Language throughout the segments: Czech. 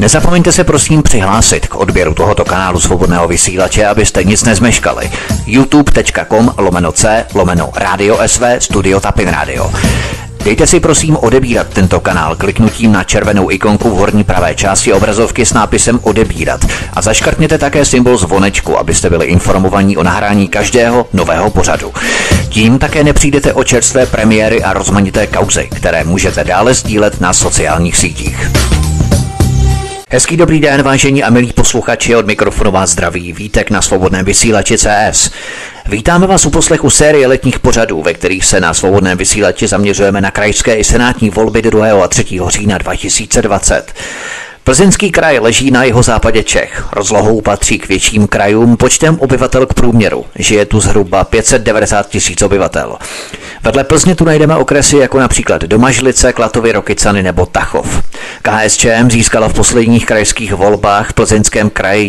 Nezapomeňte se prosím přihlásit k odběru tohoto kanálu Svobodného vysílače, abyste nic nezmeškali. youtube.com/c/Radio SV Studio Tapin Radio. Dejte si prosím odebírat tento kanál kliknutím na červenou ikonku v horní pravé části obrazovky s nápisem odebírat a zaškrtněte také symbol zvonečku, abyste byli informovaní o nahrání každého nového pořadu. Tím také nepřijdete o čerstvé premiéry a rozmanité kauzy, které můžete dále sdílet na sociálních sítích. Hezký dobrý den, vážení a milí posluchači, od mikrofonu vás zdraví Vítek na Svobodném vysílači CS. Vítáme vás u poslechu série letních pořadů, ve kterých se na Svobodném vysílači zaměřujeme na krajské i senátní volby 2. a 3. října 2020. Plzeňský kraj leží na jihozápadě Čech, rozlohou patří k větším krajům, počtem obyvatel k průměru. Žije tu zhruba 590 000 obyvatel. Vedle Plzně tu najdeme okresy jako například Domažlice, Klatovy, Rokycany nebo Tachov. KSČM získala v posledních krajských volbách v Plzeňském kraji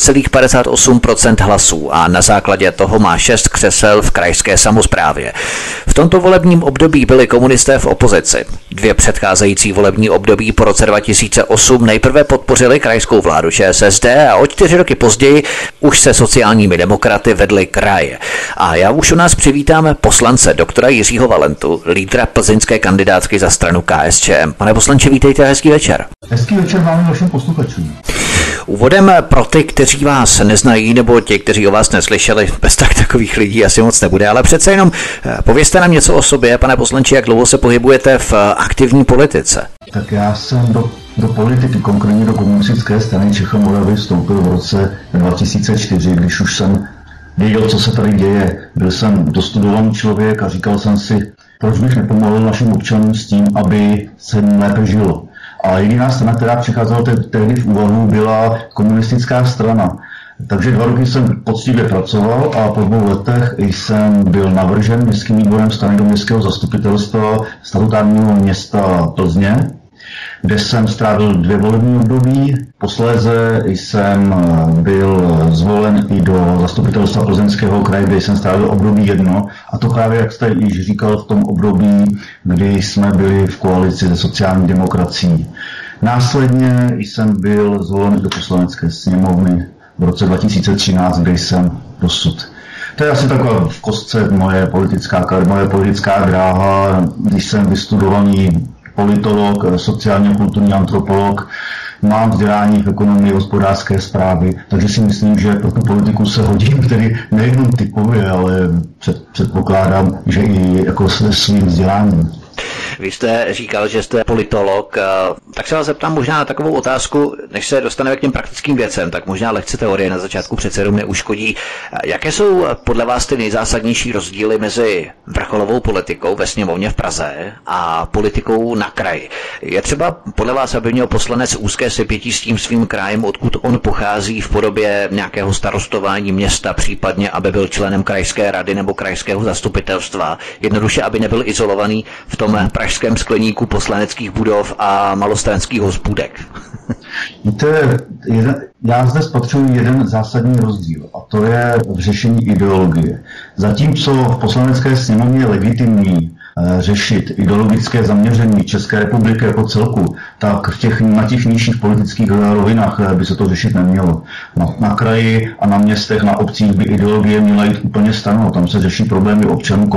11,58% hlasů a na základě toho má 6 křesel v krajské samosprávě. V tomto volebním období byli komunisté v opozici. 2 předcházející volební období po roce 2008 nejprve podpořili krajskou vládu ČSSD a o 4 roky později už se sociálními demokraty vedli kraje. A já už u nás přivítám poslance doktora Jiřího Valentu, lídra plzeňské kandidátky za stranu KSČM. Pane poslanče, vítejte, hezký večer. Hezký večer vám a vašim posluchačům. Úvodem pro ty, kteří vás neznají, nebo ti, kteří o vás neslyšeli, bez takových lidí asi moc nebude, ale přece jenom povězte nám něco o sobě, pane poslanče, jak dlouho se pohybujete v aktivní politice. Tak já jsem do politiky, konkrétně do komunistické strany Čech a Moravy vstoupil v roce 2004, když už jsem věděl, co se tady děje. Byl jsem dostudovaný člověk a říkal jsem si, proč bych nepomohl našim občanům s tím, aby se jim lépe žilo. A jediná strana, která přicházela tehdy v úvahu, byla komunistická strana. Takže 2 roky jsem poctivě pracoval a po 2 letech jsem byl navržen městským výborem strany do městského zastupitelstva statutárního města Plzně, kde jsem strávil 2 volební období. Posléze jsem byl zvolen i do zastupitelstva Plzeňského kraje, kde jsem strávil období 1. A to právě, jak jste již říkal, v tom období, kdy jsme byli v koalici se sociální demokracií. Následně jsem byl zvolen do poslanecké sněmovny v roce 2013, kde jsem dosud. To je asi taková v kostce moje politická dráha, když jsem vystudovaný politolog, sociálně-kulturní antropolog, mám vzdělání v ekonomii hospodářské správy, takže si myslím, že pro tu politiku se hodím, tedy nejenom typově, ale předpokládám, že i jako svým vzděláním. Vy jste říkal, že jste politolog, tak se vás zeptám možná na takovou otázku, než se dostaneme k těm praktickým věcem, tak možná lehce teorie na začátku přece jenom neuškodí. Jaké jsou podle vás ty nejzásadnější rozdíly mezi vrcholovou politikou ve sněmovně v Praze a politikou na kraji? Je třeba podle vás, aby měl poslanec úzké sepětí s tím svým krajem, odkud on pochází v podobě nějakého starostování města, případně aby byl členem krajské rady nebo krajského zastupitelstva, jednoduše aby nebyl izolovaný v tom pražském skleníku poslaneckých budov a malostranských hospůdek? Víte, já zde spatřuji jeden zásadní rozdíl, a to je v řešení ideologie. Zatímco v poslanecké sněmovně je legitimní řešit ideologické zaměření České republiky jako celku, tak na těch nižších politických rovinách by se to řešit nemělo. Na kraji a na městech, na obcích by ideologie měla jít úplně stranou. Tam se řeší problémy občanů,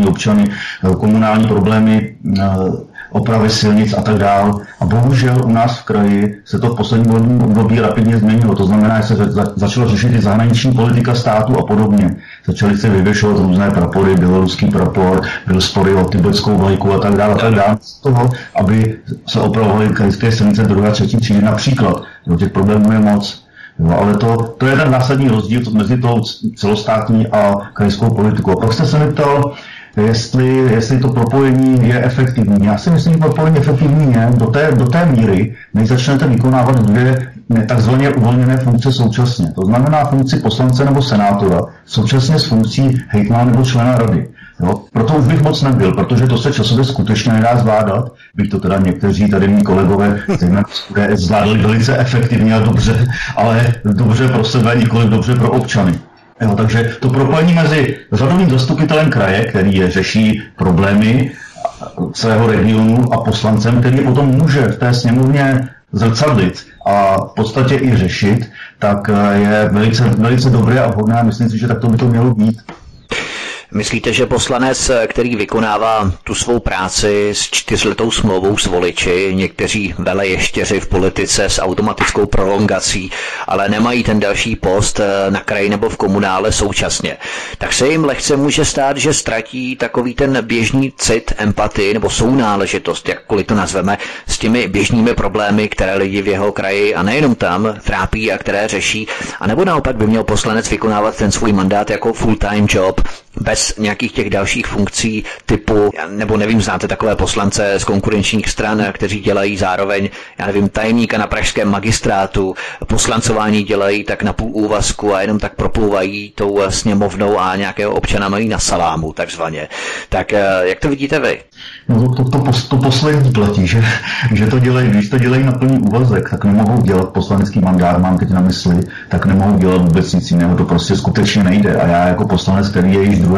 komunální problémy, opravy silnic a tak dál. A bohužel u nás v kraji se to v posledním volebním období rapidně změnilo. To znamená, že se začalo řešit i zahraniční politika státu a podobně. Začaly se vyvěšovat různé prapory, běloruský prapor, byl spory o tibetskou vlajku a tak dále, z toho, aby se opravovaly krajské silnice 2. a 3. třídy například. Těch problémů je moc. Jo, ale to je ten zásadní rozdíl mezi tou celostátní a krajskou politikou. A pak jste se mi ptal, jestli to propojení je efektivní. Já si myslím, že propojení efektivní je do té míry, než začnete vykonávat 2 takzvaně uvolněné funkce současně. To znamená funkci poslance nebo senátora současně s funkcí hejtmana nebo člena rady. Jo? Proto už bych moc nebyl, protože to se časově skutečně nedá zvládat. Bych to teda někteří tady mý kolegové zvládli velice efektivně a dobře, ale dobře pro sebe, nikoliv dobře pro občany. Jo, takže to propojení mezi řadovým zastupitelem kraje, který řeší problémy svého regionu, a poslancem, který potom může v té sněmovně zrcadlit a v podstatě i řešit, tak je velice, velice dobré a vhodné a myslím si, že tak to by to mělo být. Myslíte, že poslanec, který vykonává tu svou práci s 4letou smlouvou s voliči, někteří veleještěři v politice s automatickou prolongací, ale nemají ten další post na kraji nebo v komunále současně, tak se jim lehce může stát, že ztratí takový ten běžný cit, empatii nebo sounáležitost, jakkoliv to nazveme, s těmi běžnými problémy, které lidi v jeho kraji a nejenom tam trápí a které řeší, anebo naopak by měl poslanec vykonávat ten svůj mandát jako full-time job, bez nějakých těch dalších funkcí typu, nebo nevím, znáte takové poslance z konkurenčních stran, kteří dělají zároveň, já nevím, tajemníka na pražském magistrátu, poslancování dělají tak na půl úvazku a jenom tak proplouvají tou sněmovnou a nějakého občana mají na salámu, takzvaně. Tak jak to vidíte vy? No to poslední platí, že to dělají, když to dělají na plný úvazek, tak nemohou dělat poslanecký mandát, mám teď na mysli, tak nemohou dělat vůbec nic jiného, to prostě skutečně nejde. A já jako poslanec, který je již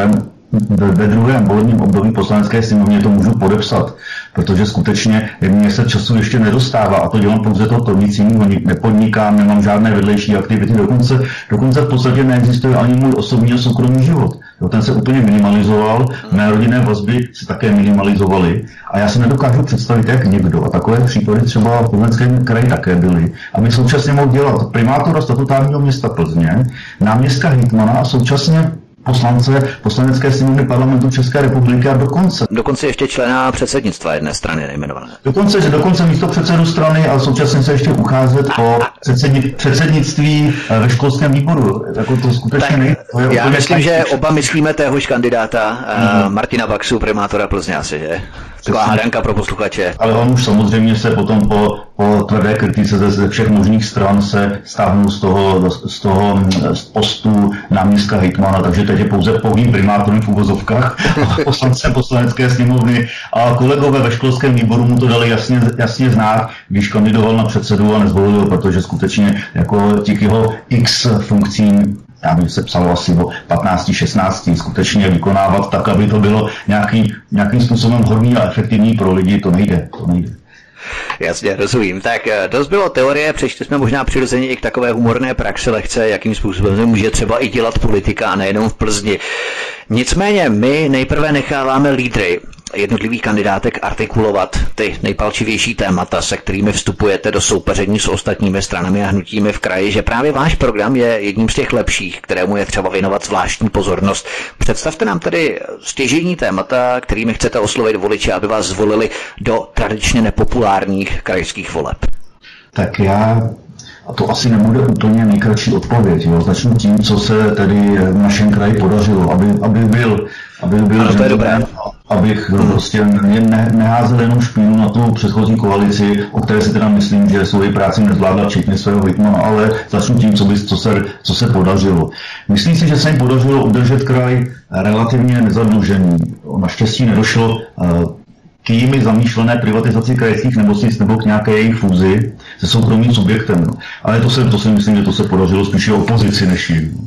ve druhém volebním období poslanecké sněmovně, to můžu podepsat, protože skutečně mě se času ještě nedostává a to dělám pouze to, nic jiného nepodnikám, nemám žádné vedlejší aktivity, dokonce v podstatě neexistuje ani můj osobní a soukromý život. Jo, ten se úplně minimalizoval, mé rodinné vazby se také minimalizovaly a já si nedokážu představit, jak někdo, a takové případy třeba v Plzeňském kraji také byly, aby současně mohl dělat primátora statutárního města Plzně, náměstka hejtmana a současně poslance Poslanecké sněmovny Parlamentu České republiky a dokonce ještě člena předsednictva jedné strany nejmenované. Dokonce místopředsedu strany a současně se ještě ucházet o předsednictví ve školském výboru. Jako to skutečně nejde. Já myslím, že oba myslíme téhož kandidáta, Martina Baxu, primátora Plzně asi, že? Taková hádanka pro posluchače. Ale on už samozřejmě se potom po tvrdé kritice ze všech možných stran se stáhnul z toho postu náměstka hejtmana, takže teď je pouze pouhým primátorem v uvozovkách poslancem Poslanecké sněmovny a kolegové ve školském výboru mu to dali jasně znát, když kandidoval na předsedu a nezvolil, protože skutečně jako těch jeho x funkcím, já bych se psalo asi o 15-16, skutečně vykonávat tak, aby to bylo nějakým způsobem hodný a efektivní pro lidi, to nejde. Jasně, rozumím. Tak dost bylo teorie, přešli jsme možná přirozeně i k takové humorné praxi lehce, jakým způsobem může třeba i dělat politika a nejenom v Plzni. Nicméně my nejprve necháváme lídry jednotlivých kandidátek artikulovat ty nejpalčivější témata, se kterými vstupujete do soupeření s ostatními stranami a hnutími v kraji, že právě váš program je jedním z těch lepších, kterému je třeba věnovat zvláštní pozornost. Představte nám tedy stěžejní témata, kterými chcete oslovit voliče, aby vás zvolili do tradičně nepopulárních krajských voleb. Tak a to asi nebude úplně nejkratší odpověď. Jo. Začnu tím, co se tedy v našem kraji podařilo, aby byl ano, to je dobré. Abych prostě neházel jenom špínu na tu předchozí koalici, o které si teda myslím, že svoji práci nezvládla včetně svého hejtmana, ale začnu tím, co se podařilo. Myslím si, že se jim podařilo udržet kraj relativně nezadlužený. Naštěstí nedošlo k jimi zamýšlené privatizaci krajských nemocnic nebo k nějaké jejich fúzi se soukromým subjektem. Ale to si myslím, že to se podařilo spíše opozici než jim.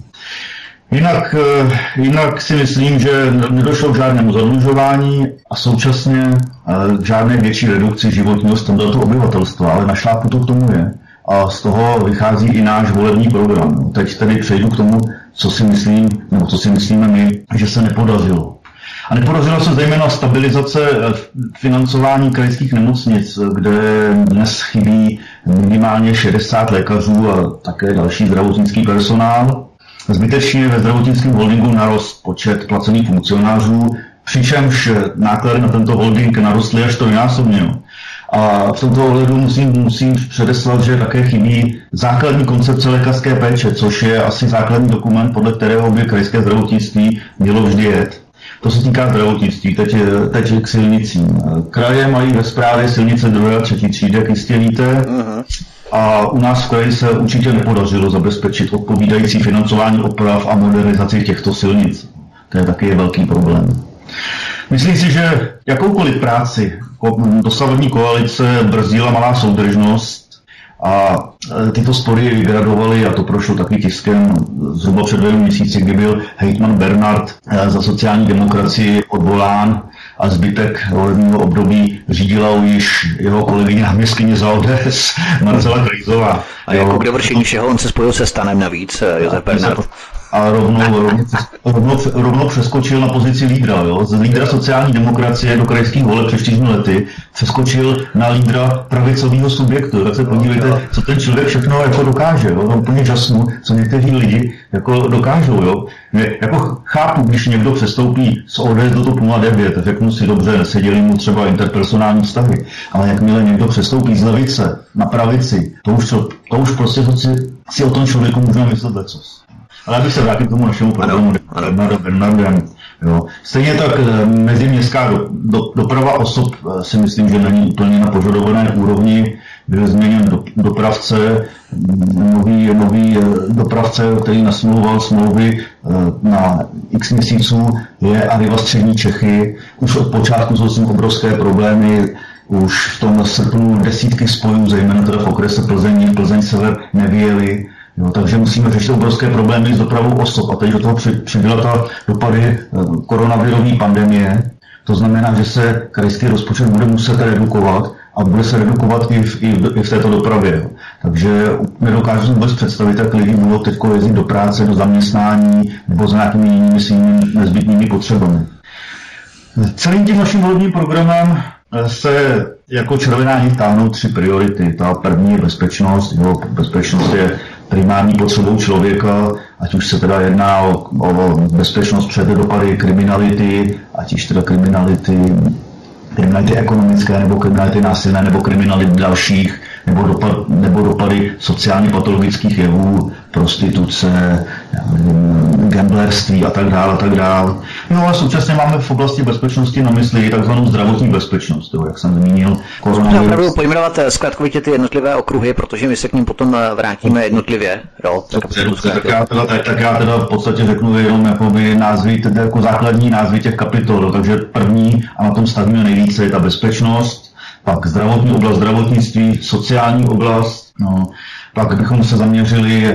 Jinak si myslím, že nedošlo k žádnému zadlužování a současně k žádné větší redukci životního standardu obyvatelstva, ale našlápnu to k tomu je. A z toho vychází i náš volební program. Teď tedy přejdu k tomu, co si myslíme my, že se nepodařilo. A nepodařilo se zejména stabilizace financování krajských nemocnic, kde dnes chybí minimálně 60 lékařů a také další zdravotnický personál. Zbytečně ve zdravotnickém holdingu narost počet placených funkcionářů, přičemž náklady na tento holding narostly až trojnásobně. A v tomto ohledu musím předeslat, že také chybí základní koncepce lékařské péče, což je asi základní dokument, podle kterého by krajské zdravotnictví mělo vždy jet. To se týká zdravotnictví, teď k silnicím. Kraje mají ve správě silnice 2. a 3. třídy, jak jistě víte. A u nás v kraji se určitě nepodařilo zabezpečit odpovídající financování oprav a modernizaci těchto silnic. To je taky velký problém. Myslím si, že jakoukoliv práci dosavadní koalice brzdila malá soudržnost a tyto spory vygradovaly, a to prošlo taky tiskem zhruba před 2 měsíci, kdy byl hejtman Bernard za sociální demokracii odvolán a zbytek volebního období řídila již jeho kolegyně náměstkyně za ODS Marcela Krejzová. A jako k dovršení všeho on se spojil se STANem navíc, Josef Bernard. A rovnou přeskočil na pozici lídra. Jo? Z lídra sociální demokracie do krajských voleb před 4 lety přeskočil na lídra pravicového subjektu. Tak se podívejte, co ten člověk všechno jako dokáže. Jo? Úplně žasnu, co někteří lidi jako dokážou. Jo? Jako chápu, když někdo přestoupí z ODS do TOP 09, řeknu si dobře, seděli mu třeba interpersonální vztahy, ale jakmile někdo přestoupí z levice na pravici, to už prostě si o tom člověku můžeme myslet lecos. Ale abych se vrátil k tomu našemu problému Bernardem. Stejně tak meziměstská doprava osob si myslím, že není úplně na požadované úrovni. Byl změněn dopravce, nový dopravce, který nasmlouval smlouvy na x měsíců, je Arriva Střední Čechy. Už od počátku jsou s tím obrovské problémy. Už v tom srpnu desítky spojů, zejména teda v okrese Plzeň sever, nevyjeli. Jo, takže musíme řešit obrovské problémy s dopravou osob. A teď do toho přibyla ta dopady koronavirové pandemie. To znamená, že se krajský rozpočet bude muset redukovat a bude se redukovat i v této dopravě. Takže nedokážu si vůbec představit, jak lidi budou teď jezdit do práce, do zaměstnání nebo za nějakými jinými svými nezbytnými potřebami. Celým tím naším volebním programem se jako červená nit táhnou 3 priority. Ta první je bezpečnost. Jo, bezpečnost je primární potřebou člověka, ať už se teda jedná o bezpečnost před dopady kriminality, ať už teda kriminality ekonomické, nebo kriminality násilné, nebo kriminality dalších, nebo dopady sociálně patologických jevů, prostituce, gamblerství a tak dále. No ale současně máme v oblasti bezpečnosti na mysli takzvanou zdravotní bezpečnost, jo, jak jsem zmínil. Můžeme opravdu pojmenovat zkratkovitě ty jednotlivé okruhy, protože my se k ním potom vrátíme jednotlivě. Jo, tak já teda v podstatě řeknu jenom názvy, tedy jako základní názvy těch kapitol. Takže první, a na tom stavíme nejvíce, je ta bezpečnost, pak zdravotní oblast zdravotnictví, sociální oblast, pak bychom se zaměřili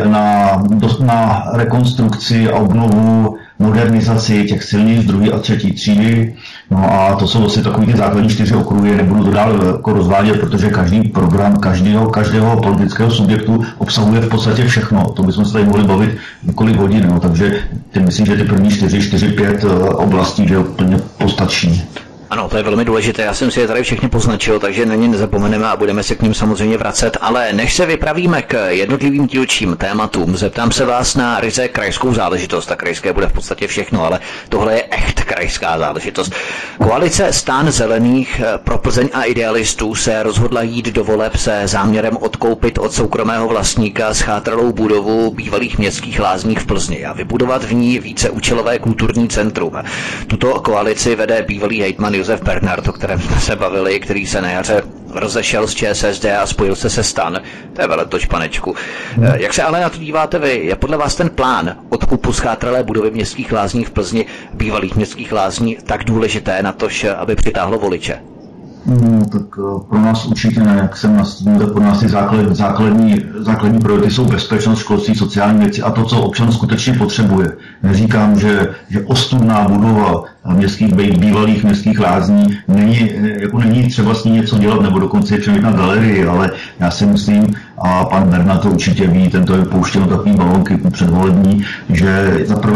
na rekonstrukci a obnovu, modernizaci těch silnic 2. a 3. třídy. No a to jsou asi takový ty základní 4 okruhy, nebudu to dál jako rozvádět, protože každý program každého politického subjektu obsahuje v podstatě všechno. To bychom se tady mohli bavit několik hodin, no. Takže myslím, že ty první 4-5 oblastí, že úplně postačí. Ano, to je velmi důležité, já jsem si je tady všechny poznačil, takže na ně nezapomeneme a budeme se k ním samozřejmě vracet, ale než se vypravíme k jednotlivým dílčím tématům, zeptám se vás na ryze krajskou záležitost. Ta krajské bude v podstatě všechno, ale tohle je echt krajská záležitost. Koalice STAN zelených pro Plzeň a idealistů se rozhodla jít do voleb se záměrem odkoupit od soukromého vlastníka schátralou budovu bývalých městských lázní v Plzni a vybudovat v ní víceúčelové kulturní centrum. Tuto koalici vede bývalý hejtman Josef Bernard, o kterém jsme se bavili, který se na jaře rozešel z ČSSD a spojil se STAN. To je veletoč, panečku. Jak se ale na to díváte vy? Je podle vás ten plán odkupu schátralé budovy městských lázní v Plzni, bývalých městských lázní, tak důležité na to, aby přitáhlo voliče? No, tak pro nás určitě ne, jak jsem nastínil, tak pro nás ty základní priority jsou bezpečnost, školství, sociální věci a to, co občan skutečně potřebuje. Neříkám, že ostudná budova bývalých městských lázní není třeba s ní něco dělat nebo dokonce je přemít na galerii, ale já si myslím, a pan Bernard to určitě ví, tento je pouštěl takový balonky předvolební, že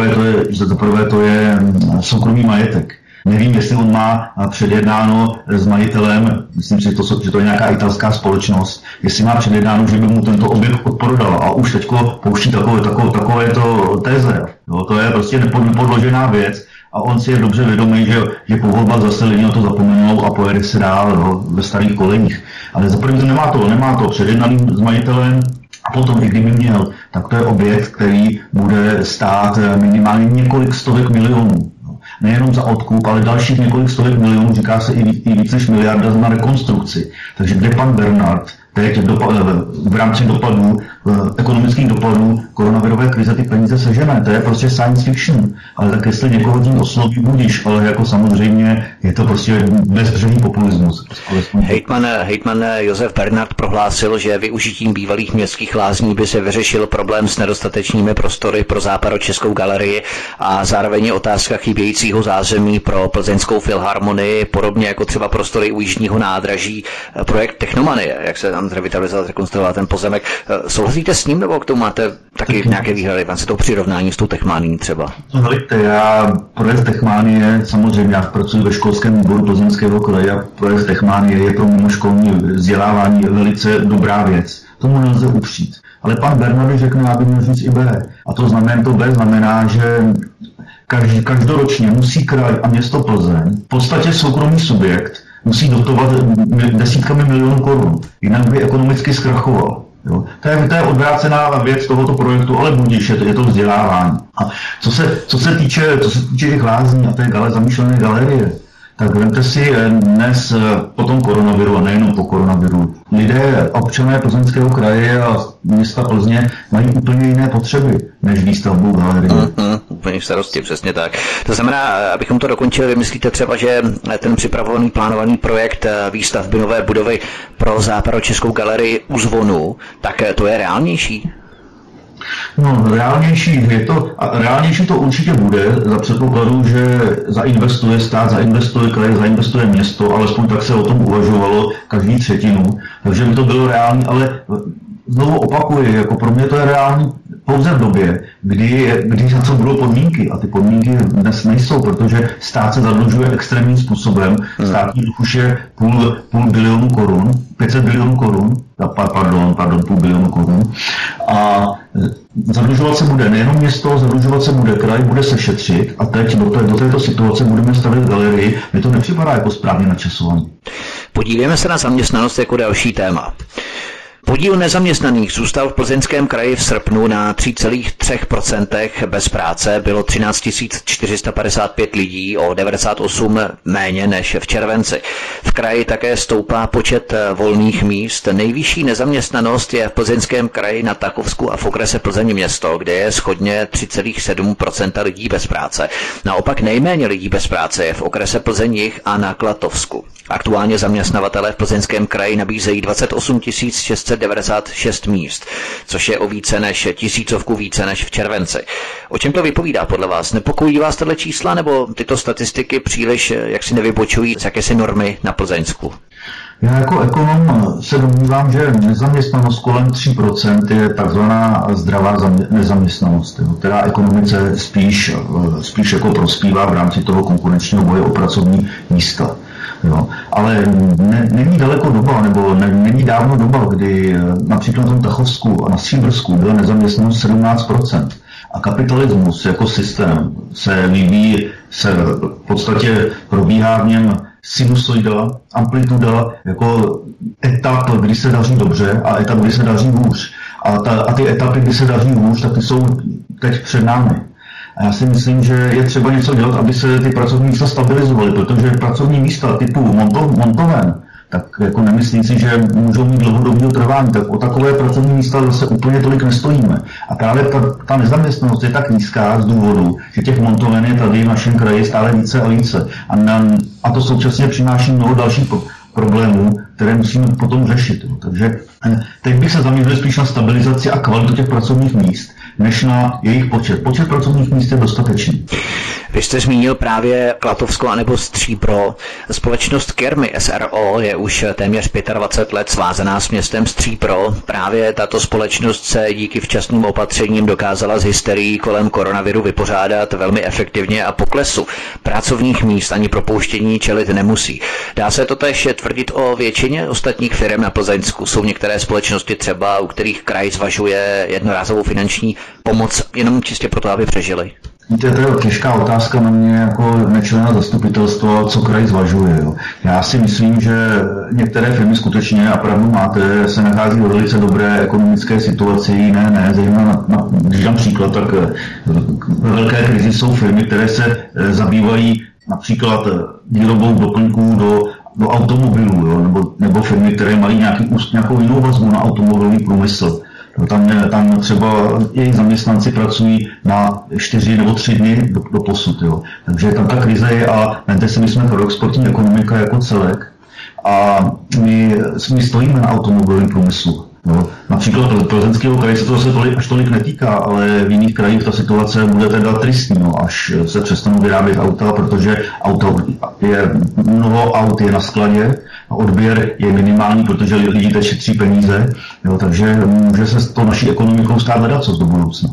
za prvé to je soukromý majetek. Nevím, jestli on má předjednáno s majitelem, myslím si, že to je nějaká italská společnost, jestli má předjednáno, že by mu tento objekt odprodal a už teďko pouští takovéto téze. Jo, to je prostě nepodložená věc a on si je dobře vědomý, že po volbách zase lidi na to zapomenou a pojede se dál ve starých kolejích. Ale za první to nemá to předjednaným s majitelem. A potom, i kdyby měl, tak to je objekt, který bude stát minimálně několik stovek milionů. Nejenom za odkup, ale dalších několik stovek milionů, říká se i víc než miliarda na rekonstrukci. Takže kde pan Bernard teď v rámci dopadů ekonomických dopadů koronavirové krize ty peníze sežene. To je prostě science fiction. Ale tak jestli někoho tím osloví, budíš, ale jako samozřejmě je to prostě bezbřehý populismus. Hejtman Josef Bernard prohlásil, že využitím bývalých městských lázní by se vyřešil problém s nedostatečnými prostory pro Západočeskou galerii a zároveň otázka chybějícího zázemí pro Plzeňskou filharmonii, podobně jako třeba prostory u Jižního nádraží, projekt Technomanie, jak se tam zrevitalizovat, rekonstruovat ten pozemek. Souhlasíte s ním, nebo k tomu máte taky nějaké výhrady? Vám se to přirovnání s tou Techmanií třeba? Hleďte, projekt Techmanie, samozřejmě já pracuji ve školském výboru Plzeňského kraje a projekt Techmanie je pro mimoškolní vzdělávání velice dobrá věc. Tomu nelze upřít. Ale pan Bernard řekne, aby měl říct i B. A to B znamená, že každoročně musí kraj a město Plzeň, v podstatě soukromý subjekt, musí dotovat desítkami milionů korun. Jinak by ekonomicky zkrachoval. Jo. To je odvrácená věc tohoto projektu, ale budíš, je to vzdělávání. A co se týče těch lázní a té zamýšlené galerie, tak vemte si dnes po tom koronaviru a nejenom po koronaviru. Lidé, občané Plzeňského kraje a města Plzně mají úplně jiné potřeby než výstavbu galerie. Úplně starosti, přesně tak. To znamená, abychom to dokončili, vy myslíte třeba, že ten připravovaný, plánovaný projekt výstavby nové budovy pro Západočeskou galerii u Zvonu, tak to je reálnější? No, reálnější to určitě bude, za předpokladu, že zainvestuje stát, zainvestuje kraj, zainvestuje město, alespoň tak se o tom uvažovalo každý třetinu, takže by to bylo reálné, ale znovu opakuji, jako pro mě to je reálný pouze v době, kdy za co budou podmínky, a ty podmínky dnes nejsou, protože stát se zadlužuje extrémním způsobem, státní dluh už je půl bilionu korun, 500 bilionů korun, pardon, půl bilionu korun, a zadlužovat se bude nejenom město, zadlužovat se bude kraj, bude se šetřit a teď do této situace budeme stavět galerii, mně to nepřipadá jako správně načasovaný. Podívejme se na zaměstnanost jako další téma. Podíl nezaměstnaných zůstal v Plzeňském kraji v srpnu na 3,3% bez práce, bylo 13 455 lidí, o 98 méně než v červenci. V kraji také stoupá počet volných míst. Nejvyšší nezaměstnanost je v Plzeňském kraji na Tachovsku a v okrese Plzeň město, kde je shodně 3,7% lidí bez práce. Naopak nejméně lidí bez práce je v okrese Plzeň jih a na Klatovsku. Aktuálně zaměstnavatelé v Plzeňském kraji nabízejí 28 696 míst, což je o více než 1000 více než v červenci. O čem to vypovídá podle vás? Nepokojí vás tato čísla, nebo tyto statistiky příliš jaksi nevybočují z jakési normy na Plzeňsku? Já jako ekonom se domnívám, že nezaměstnanost kolem 3% je takzvaná zdravá nezaměstnanost, která ekonomice spíš jako prospívá v rámci toho konkurenčního boje o pracovní místa. Jo. Ale není daleko doba, nebo není dávno doba, kdy například na tom Tachovsku a na Stříbrsku byla nezaměstnanost 17%. A kapitalismus jako systém se vyvíjí, v podstatě probíhá v něm sinusoida, amplituda, jako etap, kdy se daří dobře a etap, kdy se daří hůř. A ty etapy, kdy se daří hůř, tak ty jsou teď před námi. A já si myslím, že je třeba něco dělat, aby se ty pracovní místa stabilizovaly, protože pracovní místa typu montoven, tak jako nemyslím si, že můžou mít dlouhodobého trvání, tak o takové pracovní místa zase úplně tolik nestojíme. A právě ta nezaměstnanost je tak nízká z důvodu, že těch montoven je tady v našem kraji stále více a více. A to současně přináší mnoho dalších problémů, které musíme potom řešit. Takže teď bych se zaměřil spíš na stabilizaci a kvalitu těch pracovních míst, než na jejich počet. Počet pracovních míst je dostatečný. Vy jste zmínil právě Klatovsko anebo Stříbro. Společnost Kermy SRO je už téměř 25 let svázaná s městem Stříbro. Právě tato společnost se díky včasným opatřením dokázala s hysterií kolem koronaviru vypořádat velmi efektivně a poklesu pracovních míst ani propouštění čelit nemusí. Dá se to též tvrdit o většině ostatních firm na Plzeňsku. Jsou některé společnosti třeba, u kterých kraj zvažuje jednorázovou finanční pomoc jenom čistě proto, aby přežili? Víte, to je těžká otázka na mě jako nečlena zastupitelstva, co kraj zvažuje. Jo. Já si myslím, že některé firmy skutečně, a pravdu máte, se nachází v velice dobré ekonomické situaci, jiné ne. Zejména, když dám příklad, tak ve velké krizi jsou firmy, které se zabývají například výrobou doplňků do automobilů, jo, nebo firmy, které mají nějakou jinou vazbu na automobilový průmysl. Tam třeba jejich zaměstnanci pracují na 4 nebo 3 dny do posud. Jo. Takže tam ta krize je a vemte si, my jsme exportní ekonomika jako celek a my stojíme na automobilovém průmyslu. No, například Plzeňského kraje se to zase až tolik netýká, ale v jiných krajích ta situace bude teda tristní, no, až se přestanou vyrábět auta, protože mnoho aut je na skladě a odběr je minimální, protože lidi teď šetří peníze, jo, takže může se to naší ekonomikou stát ledacos do budoucna.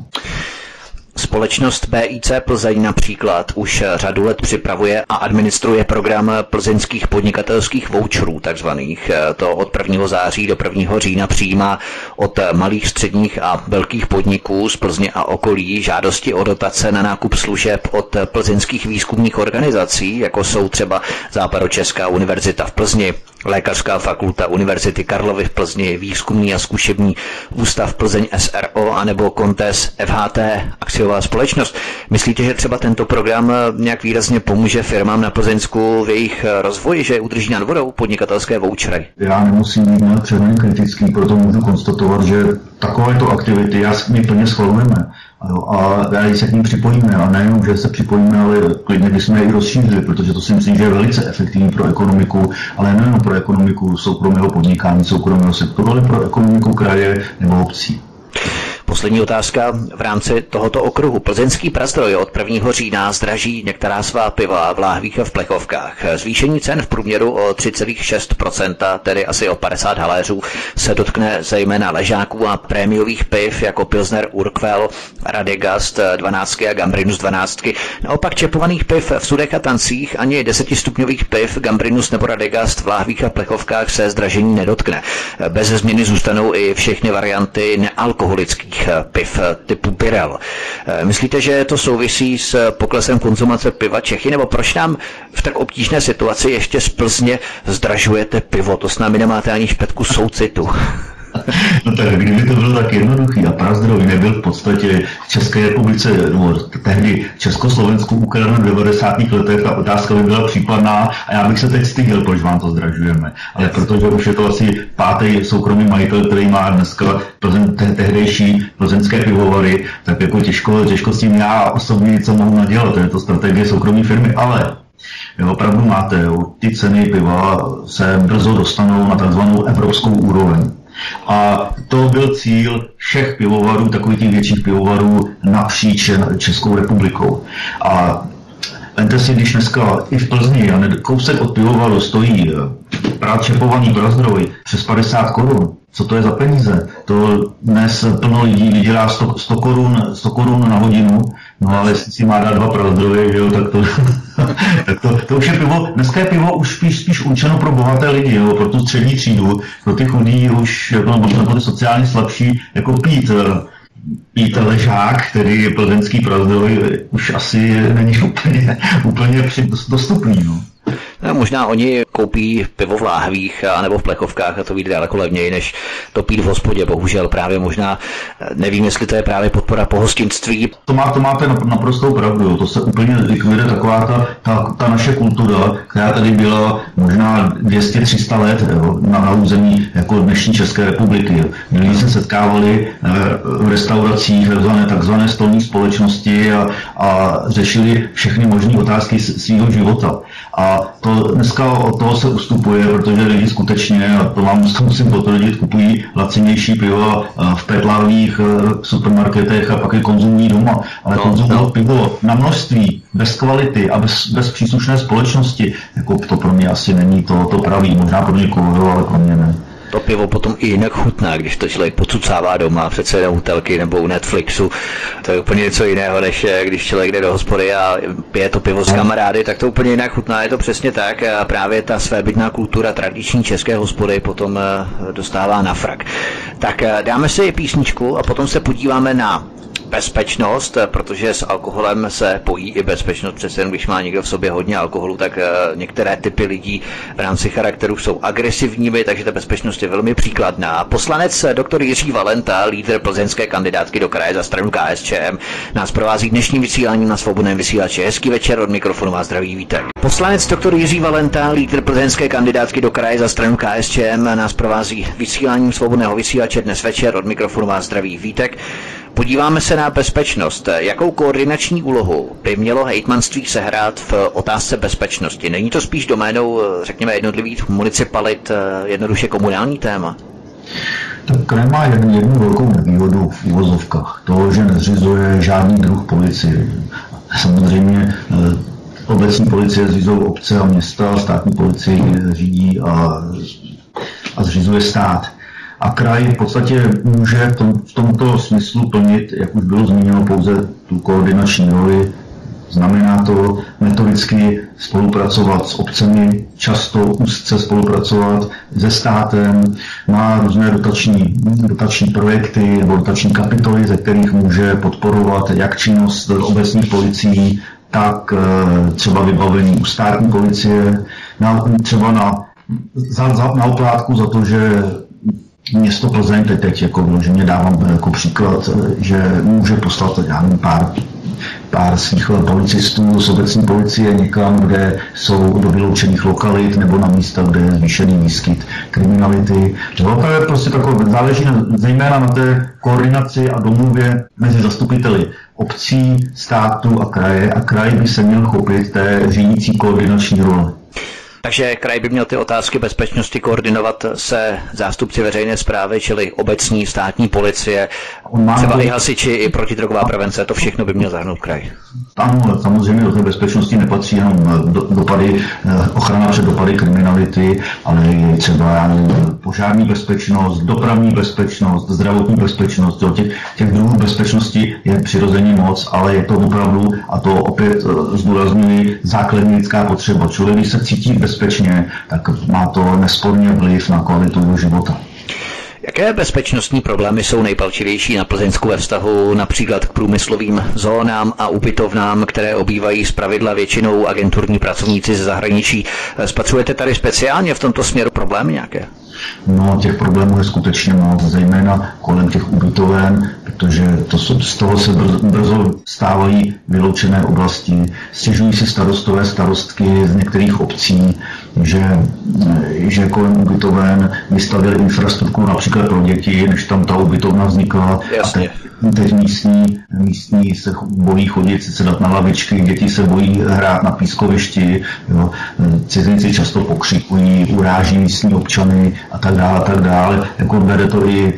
Společnost BIC Plzeň například už řadu let připravuje a administruje program plzeňských podnikatelských voucherů takzvaných. To od 1. září do 1. října přijímá od malých, středních a velkých podniků z Plzně a okolí žádosti o dotace na nákup služeb od plzeňských výzkumných organizací, jako jsou třeba Západočeská univerzita v Plzni, Lékařská fakulta Univerzity Karlovy v Plzni, Výzkumný a zkušební ústav Plzeň SRO anebo Kontes FHT akciová společnost. Myslíte, že třeba tento program nějak výrazně pomůže firmám na Plzeňsku v jejich rozvoji, že je udrží nad vodou podnikatelské vouchery? Já nemusím být nějak přehledně kritický, proto můžu konstatovat, že takovéto aktivity my plně schvalujeme. A se k ním připojíme, a nejenom, že se připojíme, ale klidně bychom je i rozšířili, protože to si myslím, že je velice efektivní pro ekonomiku, ale nejenom pro ekonomiku soukromého podnikání, soukromého sektoru, ale pro ekonomiku kraje nebo obcí. Poslední otázka v rámci tohoto okruhu. Plzeňský Prazdroj od 1. října zdraží některá svá piva v láhvích a v plechovkách. Zvýšení cen v průměru o 3,6%, tedy asi o 50 haléřů, se dotkne zejména ležáků a prémiových piv jako Pilsner Urquell, Radegast 12 a Gambrinus 12. Naopak čepovaných piv v sudech a tancích ani 10stupňových piv Gambrinus nebo Radegast v láhvích a plechovkách se zdražení nedotkne. Bez změny zůstanou i všechny varianty nealkoholických piv typu Birell. Myslíte, že to souvisí s poklesem konzumace piva Čechy, nebo proč nám v tak obtížné situaci ještě z Plzně zdražujete pivo? To s námi nemáte ani špetku soucitu. No tak kdyby to bylo tak jednoduchý a Prazdroj nebyl v podstatě v České republice, no, tehdy Československu ukradeno v 90. letech, ta otázka by byla případná a já bych se teď styděl, proč vám to zdražujeme. Ale protože už je to asi 5. soukromý majitel, který má dneska tehdejší plzeňské pivovary, tak jako těžko s tím já osobně něco mohu nadělat, je to strategie soukromé firmy, ale opravdu máte, jo, ty ceny piva se brzo dostanou na takzvanou evropskou úroveň. A to byl cíl všech pivovarů, takových těch větších pivovarů napříč Českou republikou. A vemte si, když dneska i v Plzni a kousek od pivovaru stojí čepovaný Prazdroj přes 50 korun. Co to je za peníze? To dnes plno lidí vydělá 100 korun na hodinu, no ale jestli si má dát 2 Prazdroje, jo, tak to už je pivo, dneska je pivo už spíš určeno pro bohaté lidi, jo, pro tu střední třídu, pro ty chudí už, nebo ty sociálně slabší, jako pít ležák, který je plzeňský Prazdroj, už asi není úplně dostupný, no. No, možná oni koupí pivo v láhvích nebo v plechovkách a to vyjde daleko levněji, než to pít v hospodě. Bohužel právě možná, nevím, jestli to je právě podpora pohostinství. To máte naprostou pravdu, jo. To se úplně likviduje taková ta naše kultura, která tady byla možná 200-300 let, jo, na území jako dnešní České republiky. Lidi se setkávali v restauracích, takzvané stolní společnosti a řešili všechny možné otázky svého života. A to dneska od toho se ustupuje, protože lidi skutečně, a to musím potvrdit, kupují lacinější pivo v petlářích, supermarketech a pak je konzumují doma. Ale konzumovat pivo na množství, bez kvality a bez příslušné společnosti, jako to pro mě asi není to pravý, možná pro někoho, ale pro mě ne. To pivo potom i jinak chutná, když to člověk pocucává doma, přece u telky nebo u Netflixu. To je úplně něco jiného, než když člověk jde do hospody a pije to pivo s kamarády, tak to úplně jinak chutná, je to přesně tak. A právě ta svébytná kultura tradiční české hospody potom dostává na frak. Tak dáme si písničku a potom se podíváme na bezpečnost, protože s alkoholem se pojí i bezpečnost. Přece jen když má někdo v sobě hodně alkoholu, tak některé typy lidí v rámci charakteru jsou agresivními, takže ta bezpečnost je velmi příkladná. Poslanec doktor Jiří Valenta, lídr plzeňské kandidátky do kraje za stranu KSČM, nás provází dnešním vysíláním na Svobodném vysílači. Hezký večer, od mikrofonu vás zdraví Vítek. Poslanec doktor Jiří Valenta, lídr plzeňské kandidátky do kraje za stranu KSČM, nás provází vysíláním Svobodného vysílače dnes večer, od mikrofonu vás zdraví Vítek. Podíváme se na bezpečnost. Jakou koordinační úlohu by mělo hejtmanství sehrát v otázce bezpečnosti? Není to spíš doménou, řekněme, jednotlivých municipalit, jednoduše komunální téma? Tak kraj má jednu velkou nevýhodu v uvozovkách. To, že nezřizuje žádný druh policie. Samozřejmě obecní policie zřizují obce a města, státní policii řídí a zřizuje stát. A kraj v podstatě může v tomto smyslu plnit, jak už bylo zmíněno, pouze tu koordinační roli. Znamená to metodicky spolupracovat s obcemi, často úzce spolupracovat se státem, má různé dotační projekty nebo dotační kapitoly, ze kterých může podporovat jak činnost obecních policií, tak třeba vybavení u státní policie, třeba na oplátku za to, že město Plzeň teď jako vloženě dávám jako příklad, že může poslat pár svých policistů z obecní policie někam, kde jsou do vyloučených lokalit nebo na místa, kde je zvýšený výskyt kriminality. To je prostě takové, záleží zejména na té koordinaci a domluvě mezi zastupiteli obcí, státu a kraje, a kraj by se měl chopit té řídící koordinační role. Takže kraj by měl ty otázky bezpečnosti koordinovat se zástupci veřejné správy, čili obecní, státní policie, třeba i hasiči, i protidrogová prevence, to všechno by měl zahrnout kraj. Ano, samozřejmě do té bezpečnosti nepatří jenom ochrana před dopady kriminality, ale i třeba požární bezpečnost, dopravní bezpečnost, zdravotní bezpečnost. Těch druhů bezpečnosti je přirozeně moc, ale je to opravdu, a to opět zdůrazňuji, základní lidská potřeba. Člověk, když se cítí bezpečně, tak má to nesporně vliv na kvalitu jeho života. Jaké bezpečnostní problémy jsou nejpalčivější na Plzeňsku ve vztahu například k průmyslovým zónám a ubytovnám, které obývají zpravidla většinou agenturní pracovníci ze zahraničí? Spatřujete tady speciálně v tomto směru problémy nějaké? No, těch problémů je skutečně moc, zejména kolem těch ubytoven, protože z toho se brzo stávají vyloučené oblasti. Stěžují si starostové, starostky z některých obcí, že kolem ubytoven vystavili infrastrukturu například pro děti, než tam ta ubytovna vznikla. Jasně. Teď místní se bojí chodit, sedat na lavičky, děti se bojí hrát na pískovišti, jo. Cizinci často pokřikují, uráží místní občany a tak dále. Jako vede to i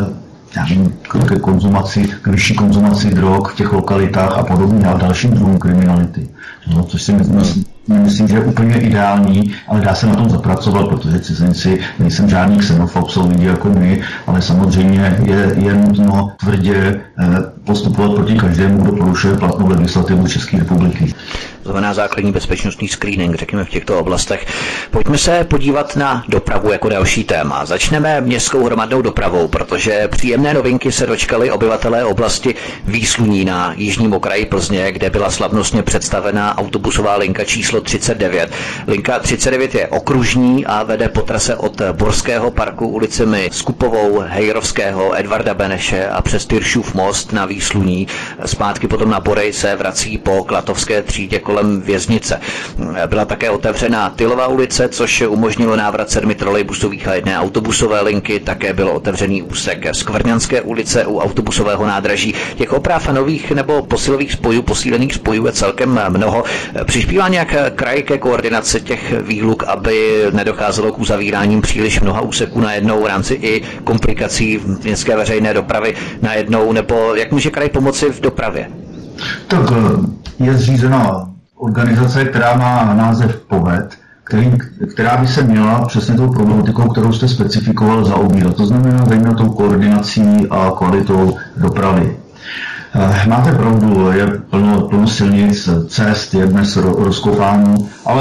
k vyšší konzumaci drog v těch lokalitách a podobně a dalším druhům kriminality. No, což si nemyslím, že je úplně ideální, ale dá se na tom zapracovat, protože cizinci nejsem žádný xenofob, jsou lidi jako my, ale samozřejmě je nutno tvrdě postupovat proti každému, kdo porušuje platnou legislativu České republiky. To znamená základní bezpečnostní screening, řekněme, v těchto oblastech. Pojďme se podívat na dopravu jako další téma. Začneme městskou hromadnou dopravou, protože příjemné novinky se dočkali obyvatelé oblasti Výsluní na jižním okraji Plzně, kde byla slavnostně představena autobusová linka číslo 39. Linka 39 je okružní a vede po trase od Borského parku ulicemi Skupovou, Hejrovského, Edvarda Beneše a přes Tyršův most na Výsluní. Zpátky potom na Borej se vrací po Klatovské třídě kolem věznice. Byla také otevřena Tylova ulice, což umožnilo návrat 7 trolejbusových a 1 autobusové linky. Také bylo otevřený úsek Skvrňanské ulice u autobusového nádraží. Těch oprav nových nebo posílených spojů je celkem mnoho. Přispívá nějak kraj ke koordinaci těch výluk, aby nedocházelo k uzavíráním příliš mnoha úseků najednou v rámci i komplikací městské veřejné dopravy najednou, nebo jak může kraj pomoci v dopravě? Tak je zřízena organizace, která má název POVED, která by se měla přesně tou problematikou, kterou jste specifikoval, zaobírat. To znamená zejména tou koordinací a kvalitou dopravy. Máte pravdu, je plno silnic, cest, je dnes rozkopáno, ale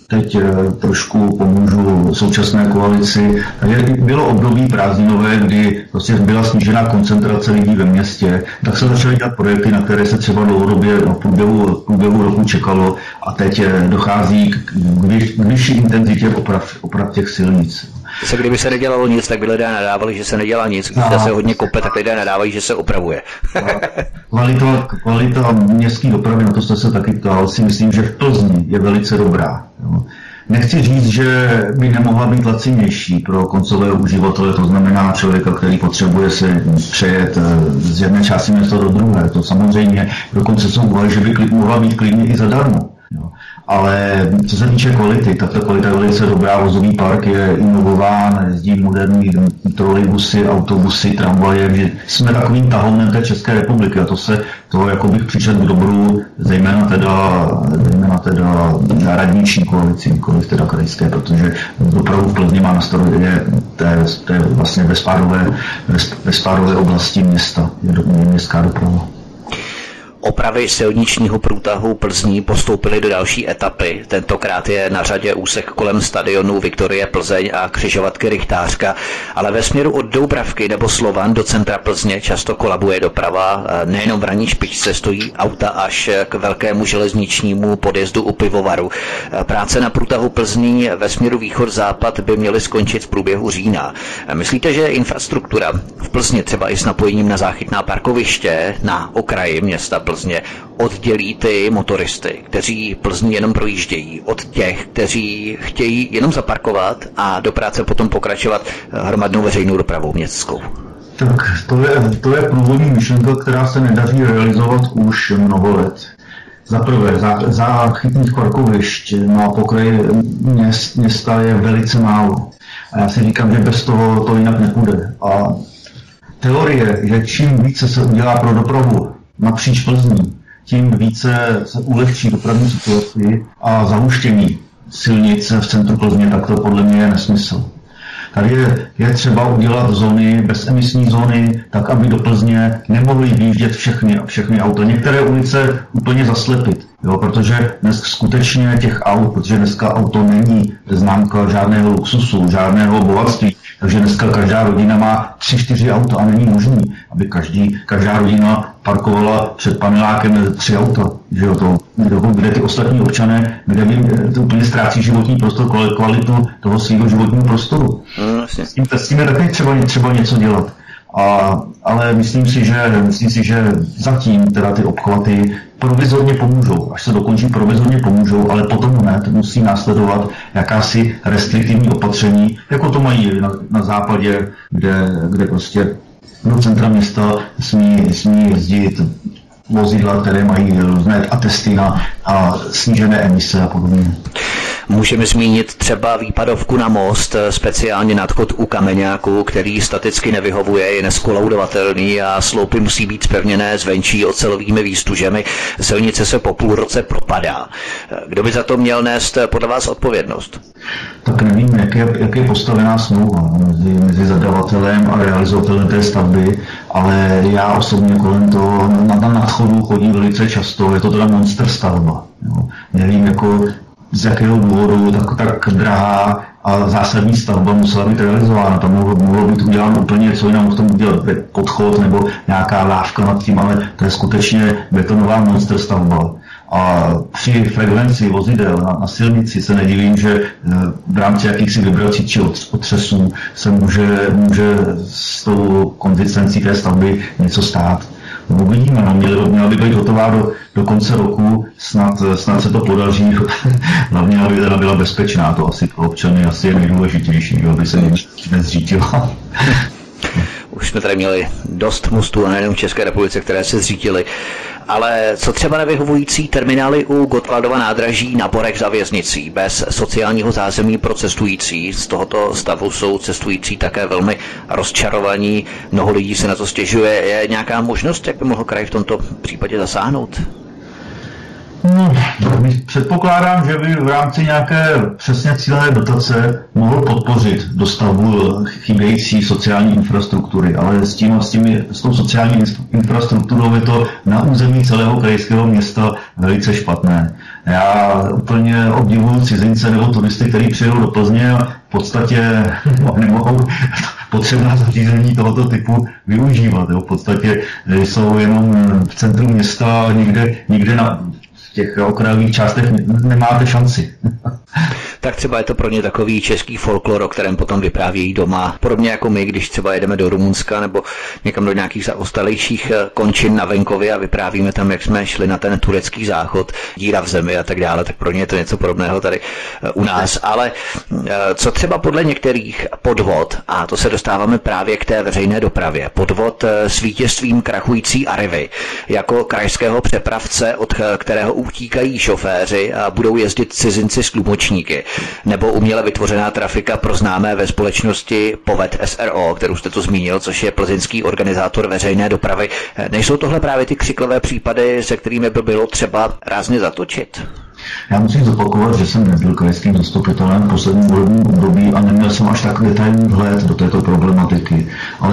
teď trošku pomůžu současné koalici. Bylo období prázdninové, kdy prostě byla snížená koncentrace lidí ve městě, tak se začaly dělat projekty, na které se třeba dlouhodobě v průběhu roku čekalo a teď dochází k vyšší intenzitě oprav těch silnic. Kdyby se nedělalo nic, tak by lidé nadávali, že se nedělá nic. Když se hodně kope, tak lidé nadávají, že se opravuje. Kvalita městské dopravy, na to jste se taky ptal, si myslím, že v Plzni je velice dobrá. Jo. Nechci říct, že by nemohla být lacinější pro koncového uživatele, to znamená člověka, který potřebuje se přejet z jedné části města do druhé. To samozřejmě dokonce jsou úvahy, že by mohla být klidně i zadarmo. Jo. Ale co se týče kvality, tak ta kvalita je velice dobrá, vozový park je inovován, jezdí moderní trolejbusy, autobusy, tramvaje, že jsme takovým tahounem té České republiky a to jako bych přičet k dobru, zejména teda radniční koalici, nikoliv teda krajské, protože dopravu v Plzni má na starosti, to je vlastně bezpádové oblasti města, je městská doprava. Opravy silničního průtahu Plzní postoupily do další etapy. Tentokrát je na řadě úsek kolem stadionu Viktorie Plzeň a křižovatky Rychtářka, ale ve směru od Doubravky nebo Slovan do centra Plzně často kolabuje doprava. Nejenom v ranní špičce stojí auta až k velkému železničnímu podjezdu u pivovaru. Práce na průtahu Plzní ve směru východ-západ by měly skončit v průběhu října. Myslíte, že infrastruktura v Plzni třeba i s napojením na záchytná parkoviště na okraji města Plzně oddělí ty motoristy, kteří Plzní jenom projíždějí, od těch, kteří chtějí jenom zaparkovat a do práce potom pokračovat hromadnou veřejnou dopravou městskou? Tak to je průvodní myšlenka, která se nedaří realizovat už mnoho let. Za prvé, záchytných parkovišť na pokraji města je velice málo. A já si říkám, že bez toho to jinak nepůjde. A teorie, že čím více se udělá pro dopravu napříč Plzní, tím více se ulehčí dopravní situaci a zahuštění silnic v centru Plzně, tak to podle mě je nesmysl. Tady je třeba udělat zóny, bezemisní zóny, tak aby do Plzně nemohly výjíždět všechny auta. Některé ulice úplně zaslepit, jo, protože dnes skutečně těch aut, protože dneska auto není známka žádného luxusu, žádného bohatství, takže dneska každá rodina má 3-4 auta a není možný, aby každá rodina parkovala před panelákem 3 auta. Že jo, kde ty ostatní občané, kde to úplně ztrácí životní prostor, kvalitu toho svého životního prostoru. S tím je taky třeba něco dělat. Ale myslím si, že zatím teda ty obchvaty provizorně pomůžou. Až se dokončí, provizorně pomůžou, ale potom hned musí následovat jakási restriktivní opatření, jako to mají na západě, kde prostě do centra města smí jezdit vozidla, které mají různé atesty a snížené emise a podobně. Můžeme zmínit třeba výpadovku na most, speciálně nadchod u Kameňáku, který staticky nevyhovuje, je neskoulaudovatelný a sloupy musí být zpevněné zvenčí ocelovými výstužemi. Silnice se po půl roce propadá. Kdo by za to měl nést podle vás odpovědnost? Tak nevím, jak je postavená smlouva mezi zadavatelem a realizovatelem té stavby, ale já osobně kolem toho na nadchodu chodím velice často, je to teda monster stavba. Jo. Nevím, z jakého důvodu tak drahá a zásadní stavba musela být realizována. Tam mohlo být uděláno úplně něco jiného, mohl tam udělat podchod nebo nějaká lávka nad tím, ale to je skutečně betonová monster stavba. A při frekvenci vozidel na silnici se nedivím, že v rámci jakýchsi vibrací či otřesů se může s tou konzistencí té stavby něco stát. No, uvidíme, měla by být hotová do konce roku, snad se to podaří, hlavně aby teda byla bezpečná, to asi pro občany asi je nejdůležitější, aby se nezřítila. Už jsme tady měli dost mostů, a nejenom v České republice, které se zřítily. Ale co třeba nevyhovující terminály u Gottwaldova nádraží na Borech za věznicí, bez sociálního zázemí pro cestující? Z tohoto stavu jsou cestující také velmi rozčarovaní, mnoho lidí se na to stěžuje. Je nějaká možnost, jak by mohl kraj v tomto případě zasáhnout? Předpokládám, že by v rámci nějaké přesně cílené dotace mohl podpořit dostavbu chybějící sociální infrastruktury, ale s tou sociální infrastrukturou je to na území celého krajského města velice špatné. Já úplně obdivuju cizince nebo turisty, kteří přijedou do Plzně a v podstatě nemohou potřebná zařízení tohoto typu využívat. Jo. V podstatě jsou jenom v centru města a nikde v těch okrajových částech nemáte šanci. Tak třeba je to pro ně takový český folklor, o kterém potom vyprávějí doma. Podobně jako my, když třeba jedeme do Rumunska nebo někam do nějakých zaostalejších končin na venkově a vyprávíme tam, jak jsme šli na ten turecký záchod, díra v zemi a tak dále, tak pro ně je to něco podobného tady u nás. Ale co třeba podle některých podvod, a to se dostáváme právě k té veřejné dopravě, podvod s vítězstvím krachující Arrivy jako krajského přepravce, od kterého utíkají šoféři a budou jezdit cizinci s tlumočníky, nebo uměle vytvořená trafika pro známé ve společnosti Poved SRO, kterou jste to zmínil, což je plzeňský organizátor veřejné dopravy. Nejsou tohle právě ty křiklavé případy, se kterými by bylo třeba rázně zatočit? Já musím zopakovat, že jsem nebyl krajským zastupitelem v posledním volebním období a neměl jsem až tak detailní vhled do této problematiky.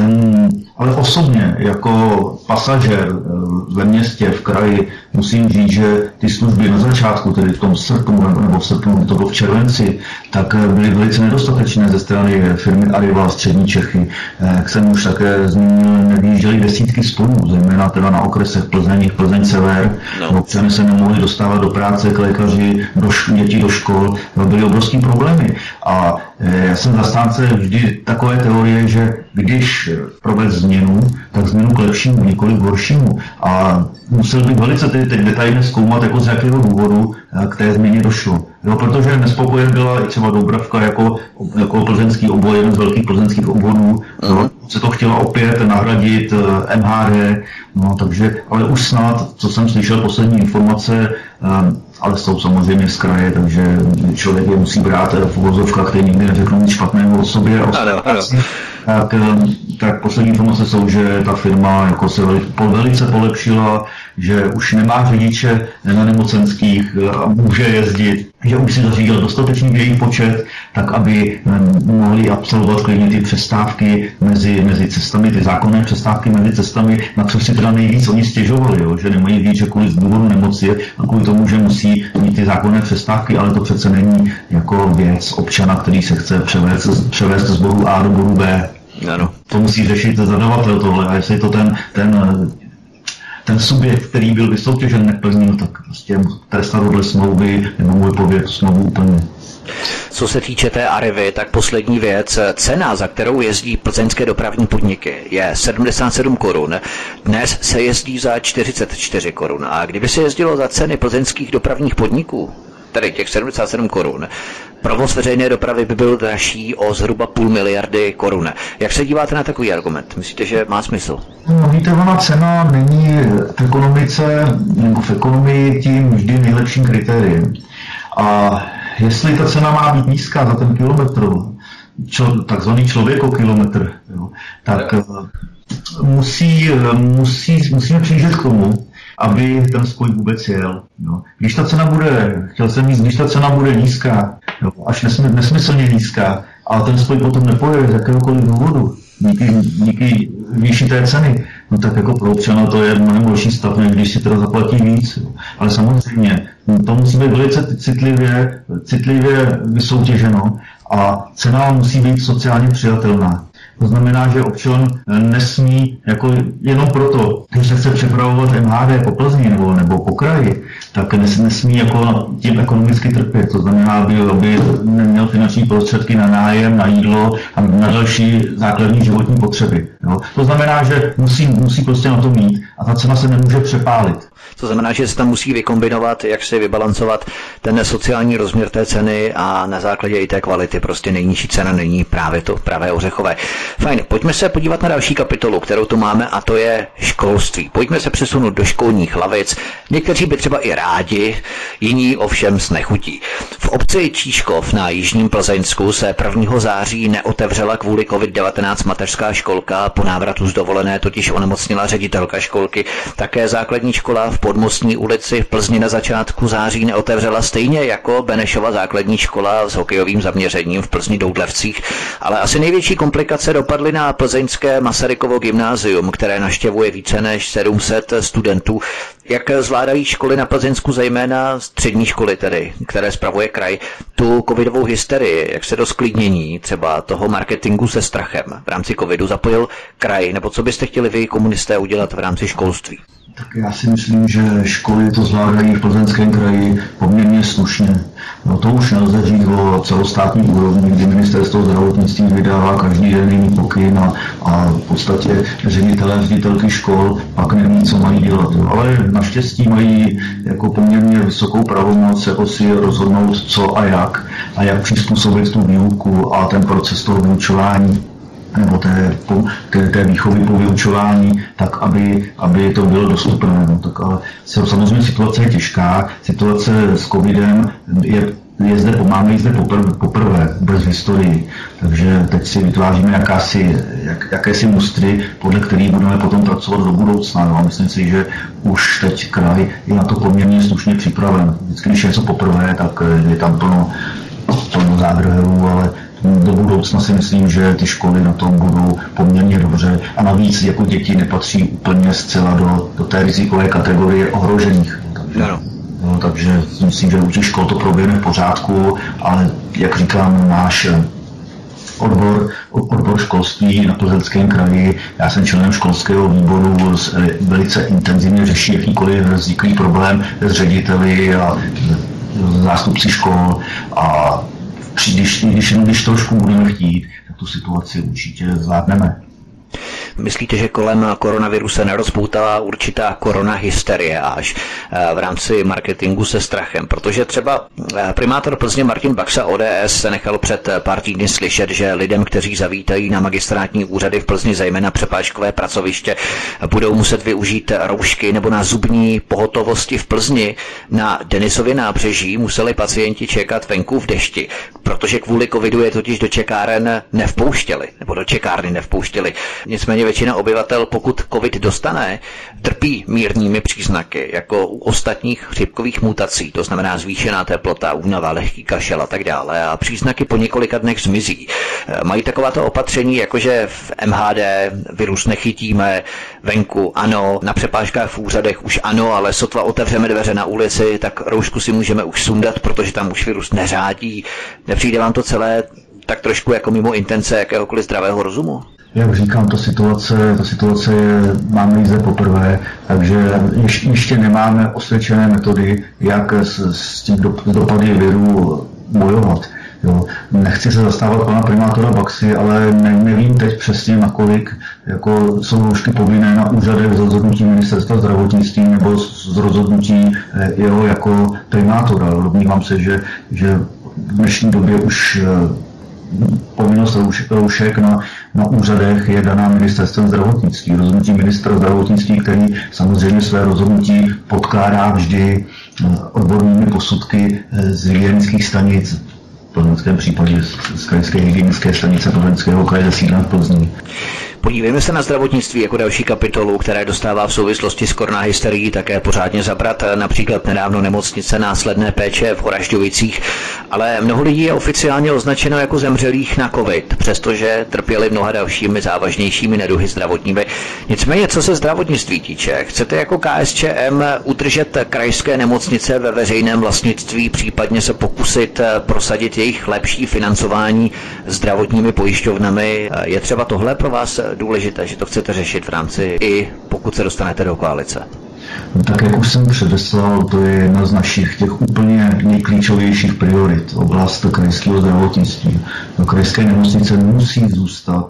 Ale osobně, jako pasažér ve městě, v kraji, musím říct, že ty služby na začátku, tedy v tom srpnu, nebo v srpnu, to bylo v červenci, tak byly velice nedostatečné ze strany firmy Arriva Střední Čechy. Jak jsem už také zmínil, nevyjížděly desítky spojů, zejména teda na okresech Plzeň Sever. Občané se nemohli dostávat do práce, k lékaři, děti do škol, byly obrovský problémy. A já jsem zastánce vždy takové teorie, že když provést změnu, tak změnu k lepšímu, nikoli k horšímu. A musel bych velice teď detailně zkoumat, jako z jakého důvodu k té změně došlo. Jo, protože nespokojen byla i třeba Doubravka jako plzeňský obvod, jeden z velkých plzeňských obvodů. Se to chtěla opět nahradit MHD, takže, ale už snad, co jsem slyšel poslední informace, ale jsou samozřejmě z kraje, takže člověk je musí brát v uvozovkách, který nikdy neřeknou nic špatného o sobě. Tak poslední informace jsou, že ta firma jako se velice polepšila, že už nemá řidiče na nemocenských a může jezdit, že už si zařídil dostatečný jejich počet, tak aby mohli absolvovat klidně ty přestávky mezi cestami, ty zákonné přestávky mezi cestami, na co si teda nejvíc oni stěžovali, jo? Že nemají víc, že kvůli z důvodu nemoci a kvůli tomu, že musí mít ty zákonné přestávky, ale to přece není jako věc občana, který se chce převést z bodu A do bodu B. Ano. To musí řešit zadavatel tohle, a jestli to ten subjekt, který byl vysoutěžen, neplnil, tak prostě trestat podle smlouvy nebo můj pověd smlouvu úplně. Co se týče té Arrivy, tak poslední věc, cena, za kterou jezdí plzeňské dopravní podniky, je 77 korun. Dnes se jezdí za 44 korun. A kdyby se jezdilo za ceny plzeňských dopravních podniků, tedy těch 77 korun, provoz veřejné dopravy by byl dražší o zhruba 500 miliardy korun. Jak se díváte na takový argument? Myslíte, že má smysl? No, víte, ona cena není v ekonomice nebo v ekonomii tím vždy nejlepším kritériem. A jestli ta cena má být nízká za ten kilometr, takzvaný člověkokilometr, tak musíme přijít k tomu, aby ten spoj vůbec jel. Jo. Když ta cena bude nízká, jo, až nesmyslně nízká, ale ten spoj potom nepojede z jakéhokoliv důvodu, díky výši té ceny, no tak jako pro občana to je mnohem horší stav, než když si teda zaplatí víc. Jo. Ale samozřejmě, to musí být velice citlivě vysoutěženo a cena musí být sociálně přijatelná. To znamená, že občan nesmí, jako jenom proto, když se chce přepravovat MHD po Plzni nebo po kraji, tak nesmí jako tím ekonomicky trpět. To znamená, aby neměl finanční prostředky na nájem, na jídlo a na další základní životní potřeby. Jo. To znamená, že musí prostě na to mít a ta cena se nemůže přepálit. To znamená, že se tam musí vykombinovat, jak si vybalancovat ten sociální rozměr té ceny a na základě i té kvality. Prostě nejnižší cena není právě to pravé ořechové. Fajn, pojďme se podívat na další kapitolu, kterou tu máme, a to je školství. Pojďme se přesunout do školních lavic. Někteří by třeba i rádi, jiní ovšem s nechutí. V obci Číškov na jižním Plzeňsku se 1. září neotevřela kvůli COVID-19 mateřská školka. Po návratu z dovolené totiž onemocnila ředitelka školky. Také základní škola v Podmostní ulici v Plzni na začátku září neotevřela stejně jako Benešova základní škola s hokejovým zaměřením v Plzni Doudlevcích, ale asi největší komplikace dopadly na plzeňské Masarykovo gymnázium, které navštěvuje více než 700 studentů. Jak zvládají školy na Plzeňsku, zejména střední školy tedy, které spravuje kraj, tu covidovou hysterii, jak se do sklidnění třeba toho marketingu se strachem v rámci covidu zapojil kraj, nebo co byste chtěli vy komunisté udělat v rámci školství? Tak já si myslím, že školy to zvládají v Plzeňském kraji poměrně slušně. No to už nelze říct o celostátní úrovni, kdy ministerstvo zdravotnictví vydává každý den jiný pokyn a v podstatě ředitelé a ředitelky škol pak neví, co mají dělat. Ale naštěstí mají jako poměrně vysokou pravomoc jako si rozhodnout, co a jak přizpůsobit tu výuku a ten proces toho vyučování nebo té výchovy po vyučování, tak aby to bylo dostupné. No, tak ale samozřejmě situace je těžká, situace s covidem máme ji zde poprvé vůbec v historii, takže teď si vytváříme jakési mustry, podle kterých budeme potom pracovat do budoucna. No. Myslím si, že už teď kraj je na to poměrně slušně připraven. Vždycky, když je něco poprvé, tak je tam plno zádrhelů, ale do budoucna si myslím, že ty školy na tom budou poměrně dobře a navíc jako děti nepatří úplně zcela do té rizikové kategorie ohrožených. Takže myslím, že u těch škol to proběhne v pořádku, ale jak říkám, náš odbor školství na Plzeňském kraji, já jsem členem školského výboru, velice intenzivně řeší jakýkoliv vzniklý problém s řediteli a zástupci škol a když trošku budeme chtít, tak tu situaci určitě zvládneme. Myslíte, že kolem koronaviru se nerozpoutala určitá koronahysterie až v rámci marketingu se strachem? Protože třeba primátor Plzně Martin Baxa ODS se nechal před pár týdny slyšet, že lidem, kteří zavítají na magistrátní úřady v Plzni, zejména přepážkové pracoviště, budou muset využít roušky, nebo na zubní pohotovosti v Plzni na Denisově nábřeží museli pacienti čekat venku v dešti, protože kvůli covidu je totiž do čekáren nevpouštěli, nebo do čekárny nevpouštěli. Nicméně většina obyvatel, pokud covid dostane, trpí mírnými příznaky, jako u ostatních chřipkových mutací, to znamená zvýšená teplota, únava, lehký kašel a tak dále, a příznaky po několika dnech zmizí. Mají takováto opatření, jakože v MHD virus nechytíme, venku ano, na přepážkách v úřadech už ano, ale sotva otevřeme dveře na ulici, tak roušku si můžeme už sundat, protože tam už virus neřádí. Nepřijde vám to celé tak trošku jako mimo intence jakéhokoliv zdravého rozumu? Jak říkám, ta situace máme ji zde poprvé, takže ještě nemáme osvědčené metody, jak s tím dopady viru bojovat. Jo. Nechci se zastávat pana primátora Baxy, ale nevím teď přesně, nakolik jako jsou roušky povinné na úřadech z rozhodnutí ministerstva zdravotnictví nebo z rozhodnutí jeho jako primátora. Domnívám se, že v dnešní době už povinnost roušek na úřadech je daná ministerstvem zdravotnictví. Rozhodnutí ministra zdravotnictví, který samozřejmě své rozhodnutí podkládá vždy odbornými posudky z hygienických stanic, v plzeňském případě z krajské hygienické stanice Plzeňského kraje se sídlem v Plzni. Podívejme se na zdravotnictví jako další kapitolu, které dostává v souvislosti s koronahysterií také pořádně zabrat, například nedávno nemocnice následné péče v Horažďovicích, ale mnoho lidí je oficiálně označeno jako zemřelých na covid, přestože trpěli mnoha dalšími závažnějšími neduhy zdravotními. Nicméně, co se zdravotnictví týče, chcete jako KSČM udržet krajské nemocnice ve veřejném vlastnictví, případně se pokusit prosadit jejich lepší financování zdravotními pojišťovnami? Je třeba tohle pro vás důležité, že to chcete řešit v rámci, i pokud se dostanete do koalice? Tak jak už jsem předeslal, to je jedna z našich těch úplně nejklíčovějších priorit, oblast krajského zdravotnictví. Krajské nemocnice musí zůstat,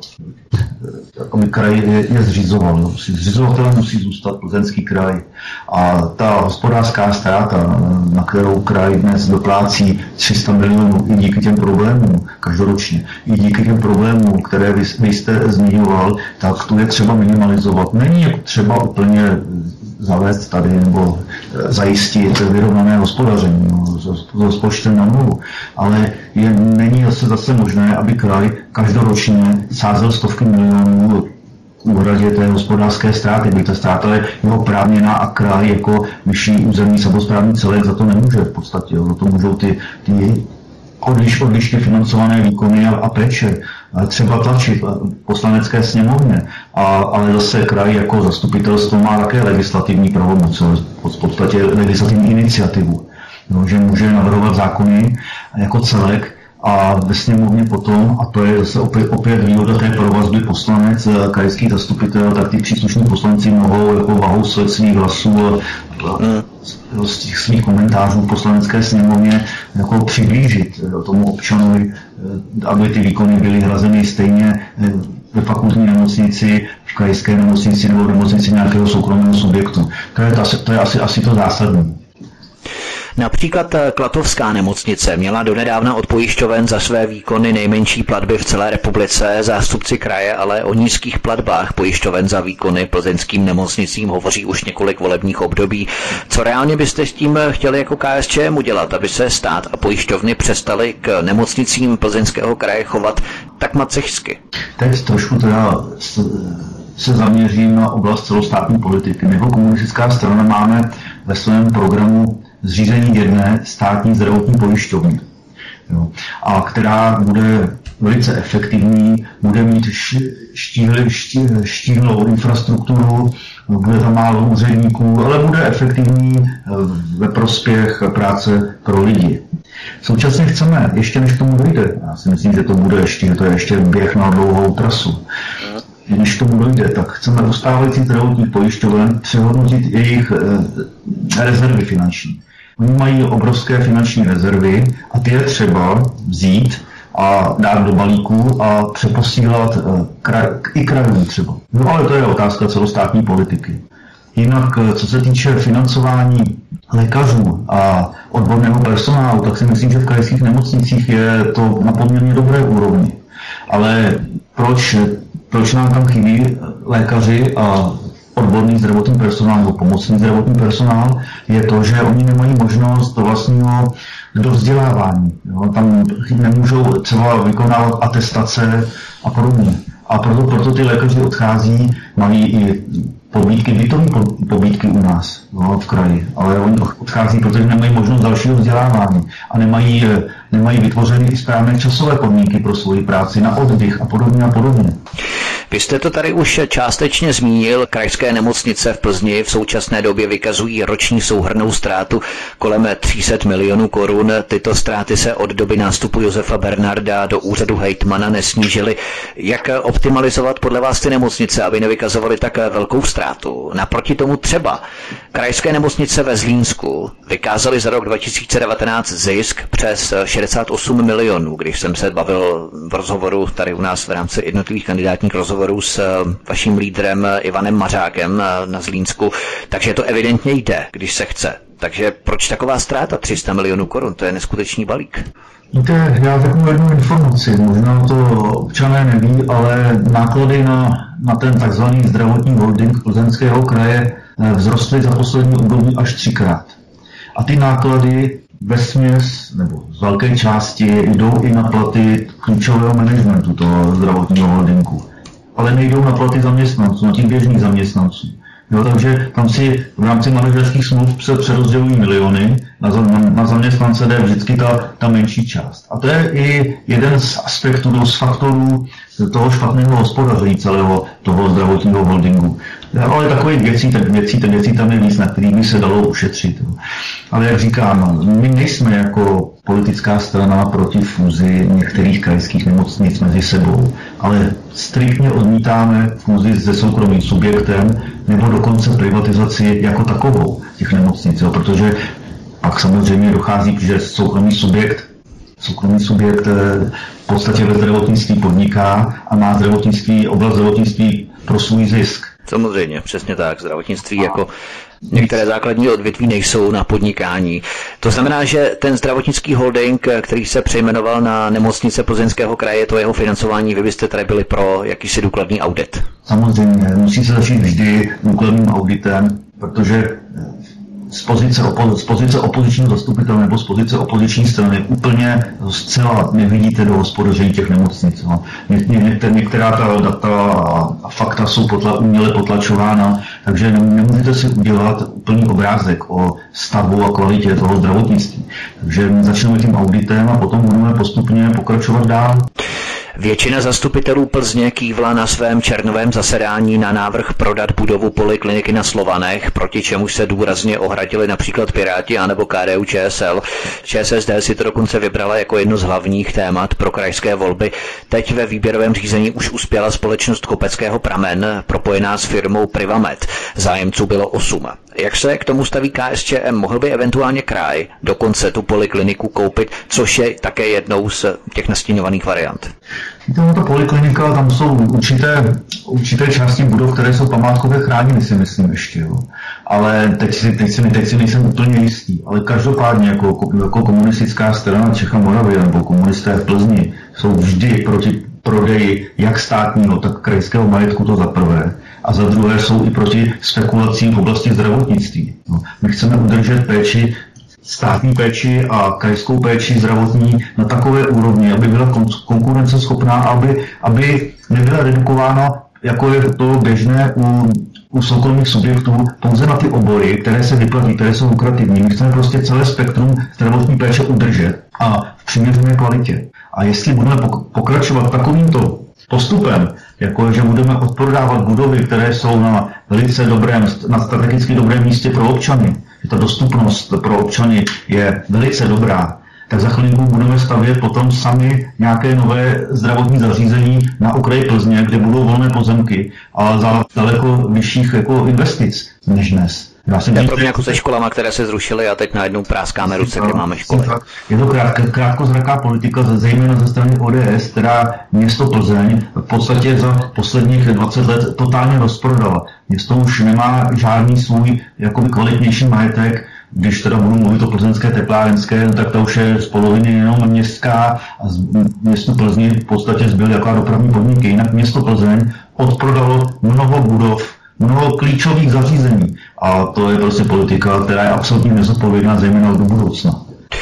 aby kraj je zřizoval. Zřizovatelem musí zůstat Plzeňský kraj. A ta hospodářská ztráta, na kterou kraj dnes doplácí 300 milionů i díky těm problémům každoročně, i díky těm problémům, které vy jste zmiňoval, tak tu je třeba minimalizovat. Není třeba úplně zavést tady nebo zajistit vyrovnané hospodaření s rozpočtem na nulu. Ale není zase možné, aby kraj každoročně sázel stovky milionů úhradě té hospodářské ztráty, by ta ztráta je oprávněná a kraj jako vyšší územní samosprávný celek za to nemůže v podstatě. Za to můžou ty odlišně financované výkony a péče. Třeba tlačit v poslanecké sněmovně, ale zase kraj jako zastupitelstvo má také legislativní pravomoc, v podstatě legislativní iniciativu, že může navrhovat zákony jako celek a ve sněmovně potom, a to je zase opět výhoda té provazby poslanec, krajský zastupitel, tak ty příslušní poslanci mohou jako vahou svých hlasů z těch svých komentářů v poslanecké sněmovně jako přiblížit tomu občanovi, aby ty výkony byly hrazeny stejně ve fakultní nemocnici, v krajské nemocnici nebo v nemocnici nějakého soukromého subjektu. To je asi to zásadní. Například Klatovská nemocnice měla donedávna od pojišťoven za své výkony nejmenší platby v celé republice. Zástupci kraje ale o nízkých platbách pojišťoven za výkony plzeňským nemocnicím hovoří už několik volebních období. Co reálně byste s tím chtěli jako KSČM udělat, aby se stát a pojišťovny přestaly k nemocnicím Plzeňského kraje chovat tak macešsky? Teď trošku teda se zaměřím na oblast celostátní politiky. My jako komunistická strana máme ve svém programu zřízení jedné státní zdravotní pojišťovny, a která bude velice efektivní, bude mít štíhlou infrastrukturu, bude tam málo úředníků, ale bude efektivní ve prospěch práce pro lidi. Současně chceme, ještě než k tomu dojde, já si myslím, že to je ještě běh na dlouhou trasu, když k tomu dojde, tak chceme u stávajících zdravotních pojišťoven přehodnotit jejich rezervy finanční. Oni mají obrovské finanční rezervy a ty je třeba vzít a dát do balíku a přeposílat i krajům třeba. No ale to je otázka celostátní politiky. Jinak, co se týče financování lékařů a odborného personálu, tak si myslím, že v krajských nemocnicích je to na poměrně dobré úrovni. Ale proč nám tam chybí lékaři a odborný zdravotní personál nebo pomocný zdravotní personál, je to, že oni nemají možnost vlastního dovzdělávání. Tam nemůžou třeba vykonávat atestace a podobně. A proto ty lékaři odchází, mají i bytové pobídky u nás v kraji, ale oni odchází, protože nemají možnost dalšího vzdělávání a nemají vytvořeny i správné časové podmínky pro svoji práci na oddych a podobně a podobně. Vy jste to tady už částečně zmínil, krajské nemocnice v Plzni v současné době vykazují roční souhrnnou ztrátu kolem 300 milionů korun. Tyto ztráty se od doby nástupu Josefa Bernarda do úřadu hejtmana nesnížily. Jak optimalizovat podle vás ty nemocnice, aby nevykazovaly tak velkou ztrátu? Naproti tomu třeba krajské nemocnice ve Zlínsku vykázaly za rok 2019 zisk přes 68 milionů, když jsem se bavil v rozhovoru tady u nás v rámci jednotlivých kandidátních rozhovorů s vaším lídrem Ivanem Mařákem na Zlínsku, takže to evidentně jde, když se chce. Takže proč taková ztráta 300 milionů korun? To je neskutečný balík. Víte, já řeknu jednu informaci, možná to občané neví, ale náklady na ten takzvaný zdravotní holding Plzeňského kraje vzrostly za poslední období až 3krát. A ty náklady vesměs nebo z velké části jdou i na platy klíčového managementu toho zdravotního holdingu. Ale nejdou na platy zaměstnanců, na těch běžných zaměstnanců. Takže tam si v rámci manažerských smluv se přerozdělují miliony, na zaměstnance jde vždycky ta menší část. A to je i jeden z aspektů, z faktorů toho špatného hospodaření celého toho zdravotního holdingu. Ale takových věcí tam je víc, na kterých by se dalo ušetřit. Ale jak říkám, my nejsme jako politická strana proti fúzi některých krajských nemocnic mezi sebou, ale striktně odmítáme fúzi se soukromým subjektem nebo dokonce privatizaci jako takovou těch nemocnic, protože pak samozřejmě dochází, že soukromý subjekt v podstatě ve zdravotnictví podniká a má oblast zdravotnictví pro svůj zisk. Samozřejmě, přesně tak. Zdravotnictví jako některé základní odvětví nejsou na podnikání. To znamená, že ten zdravotnický holding, který se přejmenoval na nemocnice Plzeňského kraje, to jeho financování, vy byste tady byli pro jakýsi důkladný audit. Samozřejmě, musí se začít vždy důkladným auditem, protože z pozice opozičního zastupitele nebo z pozice opoziční strany úplně zcela nevidíte do hospodaření těch nemocnic. No. Některá ta data a fakta jsou uměle potlačována, takže nemůžete si udělat úplný obrázek o stavu a kvalitě toho zdravotnictví. Takže začneme tím auditem a potom budeme postupně pokračovat dál. Většina zastupitelů Plzně kývla na svém červnovém zasedání na návrh prodat budovu polikliniky na Slovanech, proti čemuž se důrazně ohradili například Piráti anebo KDU-ČSL. ČSSD si to dokonce vybrala jako jedno z hlavních témat pro krajské volby. Teď ve výběrovém řízení už uspěla společnost Kopeckého pramen, propojená s firmou Privamed. Zájemců bylo 8. Jak se k tomu staví KSČM? Mohl by eventuálně kraj dokonce tu polikliniku koupit, což je také jednou z těch nastíňovaných variant? Tato poliklinika, tam jsou určité části budov, které jsou památkově chráněny, si myslím ještě. Jo. Ale teď si nejsem úplně jistý. Ale každopádně jako komunistická strana Čech a Moravy nebo komunisté v Plzni jsou vždy proti prodeji jak státního, tak krajského majetku, to za prvé. A za druhé jsou i proti spekulacím v oblasti zdravotnictví. No. My chceme udržet státní péči a krajskou péči zdravotní na takové úrovni, aby byla konkurenceschopná, aby nebyla redukována, jako je to běžné u soukromých subjektů, pouze na ty obory, které se vyplatí, které jsou lukrativní. My chceme prostě celé spektrum zdravotní péče udržet a v přiměřené kvalitě. A jestli budeme pokračovat takovýmto postupem, jako že budeme odprodávat budovy, které jsou na velice na strategicky dobrém místě pro občany, že ta dostupnost pro občany je velice dobrá, tak za chvilinku budeme stavět potom sami nějaké nové zdravotní zařízení na okraji Plzně, kde budou volné pozemky a za daleko vyšších jako investic než dnes. To je podobně jako se školama, které se zrušily a teď najednou práskáme ruce, kde máme školy. Je to krátkozraká politika, zejména ze strany ODS, která město Plzeň v podstatě za posledních 20 let totálně rozprodala. Město už nemá žádný svůj jakoby kvalitnější majetek. Když teda budu mluvit o plzeňské teplárenské, tak to už je z poloviny jenom městská a městu Plzni v podstatě zbyly jaká dopravní podniky. Jinak město Plzeň odprodalo mnoho budov, mnoho klíčových zařízení. A to je prostě politika, která je absolutně nezodpovědná, zejména do budoucna.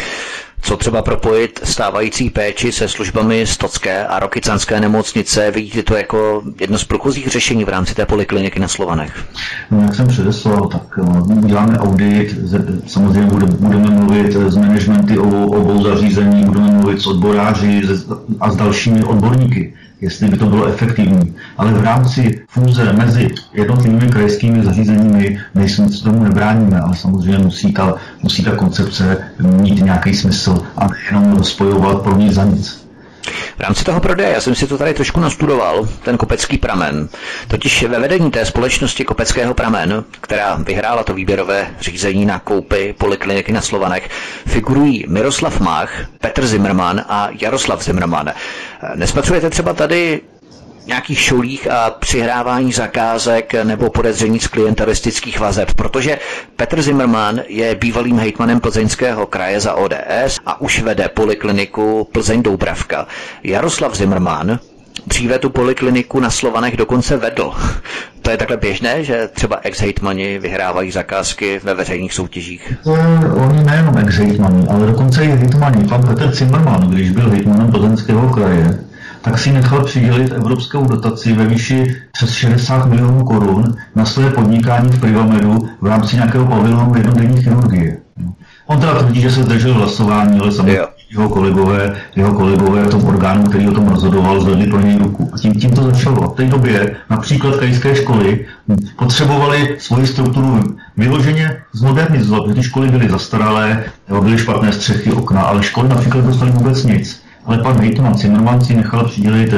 Co třeba propojit stávající péči se službami Stocké a Rokycanské nemocnice? Vidíte to jako jedno z průchozích řešení v rámci té polikliniky na Slovanech? No, jak jsem předeslal, tak uděláme audit, samozřejmě budeme mluvit s managementy obou zařízení, budeme mluvit s odboráři a s dalšími odborníky, jestli by to bylo efektivní. Ale v rámci fúze mezi jednotlivými krajskými zařízeními nejsme tomu nebráníme, ale samozřejmě musí ta koncepce mít nějaký smysl a nejenom spojovat pro ní za nic. V rámci toho prodeje, já jsem si to tady trošku nastudoval, ten Kopecký pramen. Totiž ve vedení té společnosti Kopeckého pramen, která vyhrála to výběrové řízení na koupi polikliniky na Slovanech, figurují Miroslav Mach, Petr Zimmerman a Jaroslav Zimmerman. Nespatřujete třeba tady nějakých šolích a přihrávání zakázek nebo podezření z klientelistických vazeb, protože Petr Zimmerman je bývalým hejtmanem Plzeňského kraje za ODS a už vede polikliniku Plzeň-Doubravka. Jaroslav Zimmerman dříve tu polikliniku na Slovanech dokonce vedl. To je takhle běžné, že třeba ex-hejtmani vyhrávají zakázky ve veřejných soutěžích? Oni nejenom ex-hejtmani, ale dokonce i hejtmani. Pan Petr Zimmerman, když byl hejtmanem Plzeňského kraje, tak si nechal přidělit evropskou dotaci ve výši přes 60 milionů korun na své podnikání v Privamedu v rámci nějakého pavilonu jednodenní chirurgie. On teda tvrdí, že se zdržel hlasování, ale samozřejmě jeho kolegové v tom orgánu, který o tom rozhodoval, zvedli pro něj ruku. A tím to začalo. V té době například krajské školy potřebovaly svoji strukturu vyloženě zmodernizovat, protože ty školy byly zastaralé, byly špatné střechy, okna, ale školy například dostaly vůbec nic. Ale pan hejtman Zimmerman si nechal přidělit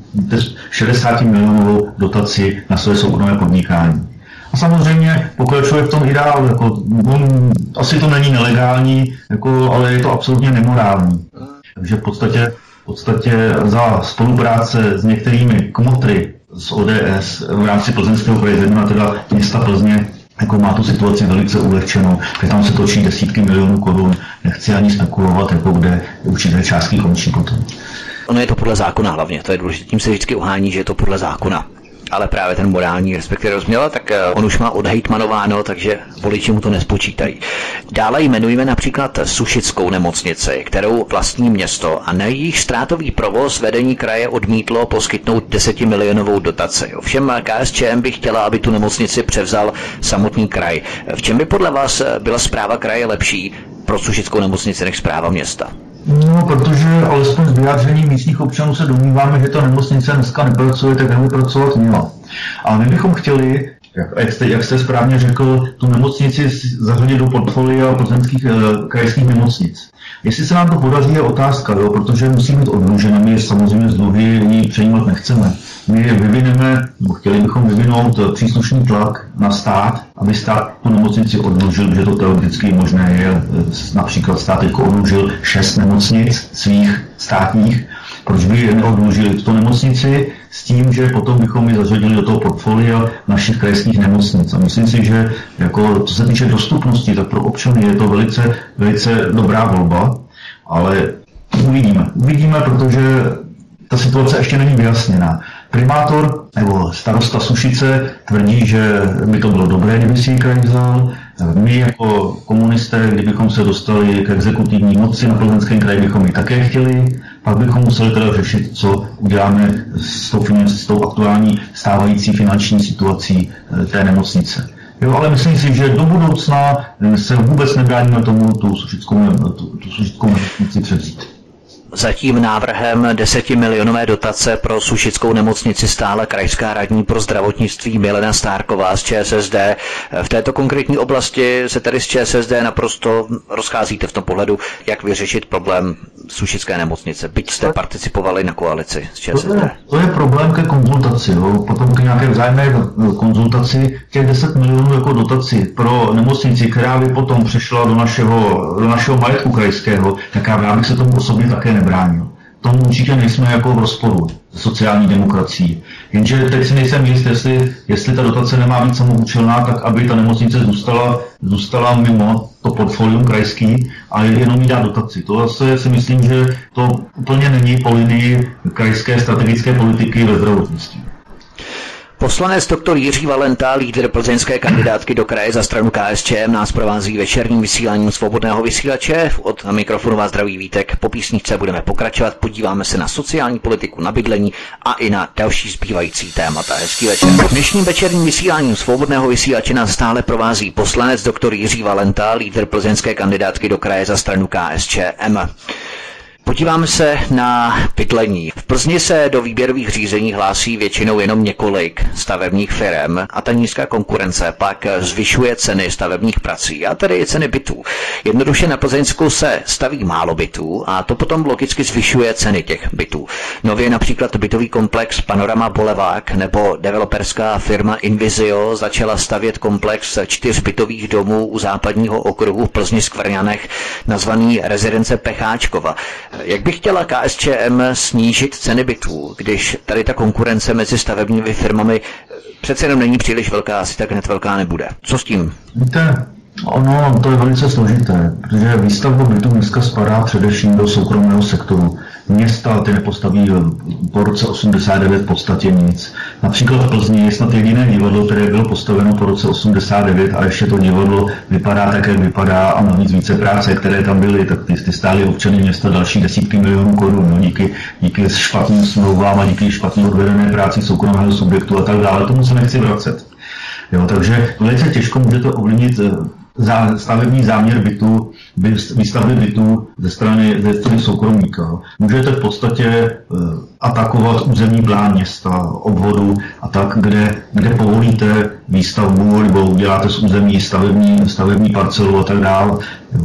60 milionovou dotaci na své soukromé podnikání. A samozřejmě pokračuje v tom i dál. Asi to není nelegální, ale je to absolutně nemorální. Takže v podstatě za spolupráce s některými kmotry z ODS v rámci Plzeňského kraje, zejména teda města Plzně, má tu situaci velice ulehčenou, že tam se točí desítky milionů korun, nechci ani spekulovat, kde určité částky končí potom. Ono je to podle zákona hlavně, to je důležité, tím se vždycky uhání, že je to podle zákona. ale právě ten morální respektive rozměr, tak on už má odhejtmanováno, takže voliči mu to nespočítají. Dále jmenujeme například Sušickou nemocnici, kterou vlastní město a na jejich ztrátový provoz vedení kraje odmítlo poskytnout 10milionovou dotaci. Ovšem KSČM by chtěla, aby tu nemocnici převzal samotný kraj. V čem by podle vás byla správa kraje lepší pro Sušickou nemocnici než správa města? No, protože alespoň z vyjádření místních občanů se domníváme, že ta nemocnice dneska nepracuje, tak aby pracovat měla. A my bychom chtěli, jak jste správně řekl, tu nemocnici zařadit do portfolia plzeňských krajských nemocnic. Jestli se nám to podaří, je otázka, jo, protože musí být odlužena, my samozřejmě z dluhy ji přejímat nechceme. My vyvineme, nebo chtěli bychom vyvinout příslušný tlak na stát, aby stát tu nemocnici odlužil, protože to teoreticky možné je. Například stát teď odlužil 6 nemocnic svých státních, proč by neodlužili tuto nemocnici s tím, že potom bychom ji zařadili do toho portfolia našich krajských nemocnic. A myslím si, že jako, co se týče dostupnosti, tak pro občany je to velice, velice dobrá volba, ale uvidíme, protože ta situace ještě není vyjasněná. Primátor nebo starosta Sušice tvrdí, že by to bylo dobré, kdyby si ji kraj vzal. My jako komunisté, kdybychom se dostali k exekutivní moci na Plzeňském kraji, bychom ji také chtěli. Pak bychom museli teda řešit, co uděláme s tou aktuální stávající finanční situací té nemocnice. Jo, ale myslím si, že do budoucna se vůbec nebráníme tomu tu sušickou nemocnici převzít. Za tím návrhem 10milionové dotace pro Sušickou nemocnici stále krajská radní pro zdravotnictví Milena Stárková z ČSSD. V této konkrétní oblasti se tedy z ČSSD naprosto rozcházíte v tom pohledu, jak vyřešit problém Sušické nemocnice, byť jste participovali na koalici s ČSSD. To je problém ke konzultaci, jo. Potom k nějaké vzájemné konzultaci těch 10 milionů jako dotaci pro nemocnici, která by potom přešla do našeho majetku krajského, tak já bych se tomu osobně také nebránil. Tomu určitě nejsme jako v rozporu s sociální demokracií. Jenže teď si nejsem jist, jestli ta dotace nemá být samoúčelná, tak aby ta nemocnice zůstala mimo to portfolium krajský a jenom jí dá dotaci. To zase si myslím, že to úplně není po linii krajské strategické politiky ve zdravotnictví. Poslanec doktor Jiří Valenta, lídr plzeňské kandidátky do kraje za stranu KSČM, nás provází večerním vysíláním Svobodného vysílače. Od mikrofonu vás zdraví Vítek. Po písničce budeme pokračovat, podíváme se na sociální politiku, na bydlení a i na další zbývající témata. Hezký večer. Dnešním večerním vysíláním Svobodného vysílače nás stále provází poslanec doktor Jiří Valenta, lídr plzeňské kandidátky do kraje za stranu KSČM. Podíváme se na bydlení. V Plzni se do výběrových řízení hlásí většinou jenom několik stavebních firem a ta nízká konkurence pak zvyšuje ceny stavebních prací a tedy i ceny bytů. Jednoduše na Plzeňsku se staví málo bytů a to potom logicky zvyšuje ceny těch bytů. Nově například bytový komplex Panorama Boulevard nebo developerská firma Invisio začala stavět komplex 4 bytových domů u západního okruhu v Plzni Skvrňanech nazvaný Rezidence Pecháčkova. Jak by chtěla KSČM snížit ceny bytů, když tady ta konkurence mezi stavebními firmami přece jenom není příliš velká, asi tak hned velká nebude? Co s tím? Víte, ono to je velice složité, protože výstavba bytů dneska spadá především do soukromého sektoru. Města ty nepostaví po roce 89 v podstatě nic. Například v Plzni je snad jediné divadlo, které bylo postaveno po roce 89 a ještě to divadlo vypadá tak, jak vypadá a navíc více práce, které tam byly, tak ty stály občany města další desítky milionů korun, no, díky špatným smlouvám a díky špatně odvedené práci soukromého subjektu a tak dále. Tomu se nechci vracet. Jo, takže velice těžko můžete ovlivnit stavební záměr bytu, výstavby bytu ze strany soukromníka. Můžete v podstatě atakovat územní plán města, obvodu a tak, kde povolíte výstavbu nebo uděláte z území stavební parcelu a tak dále.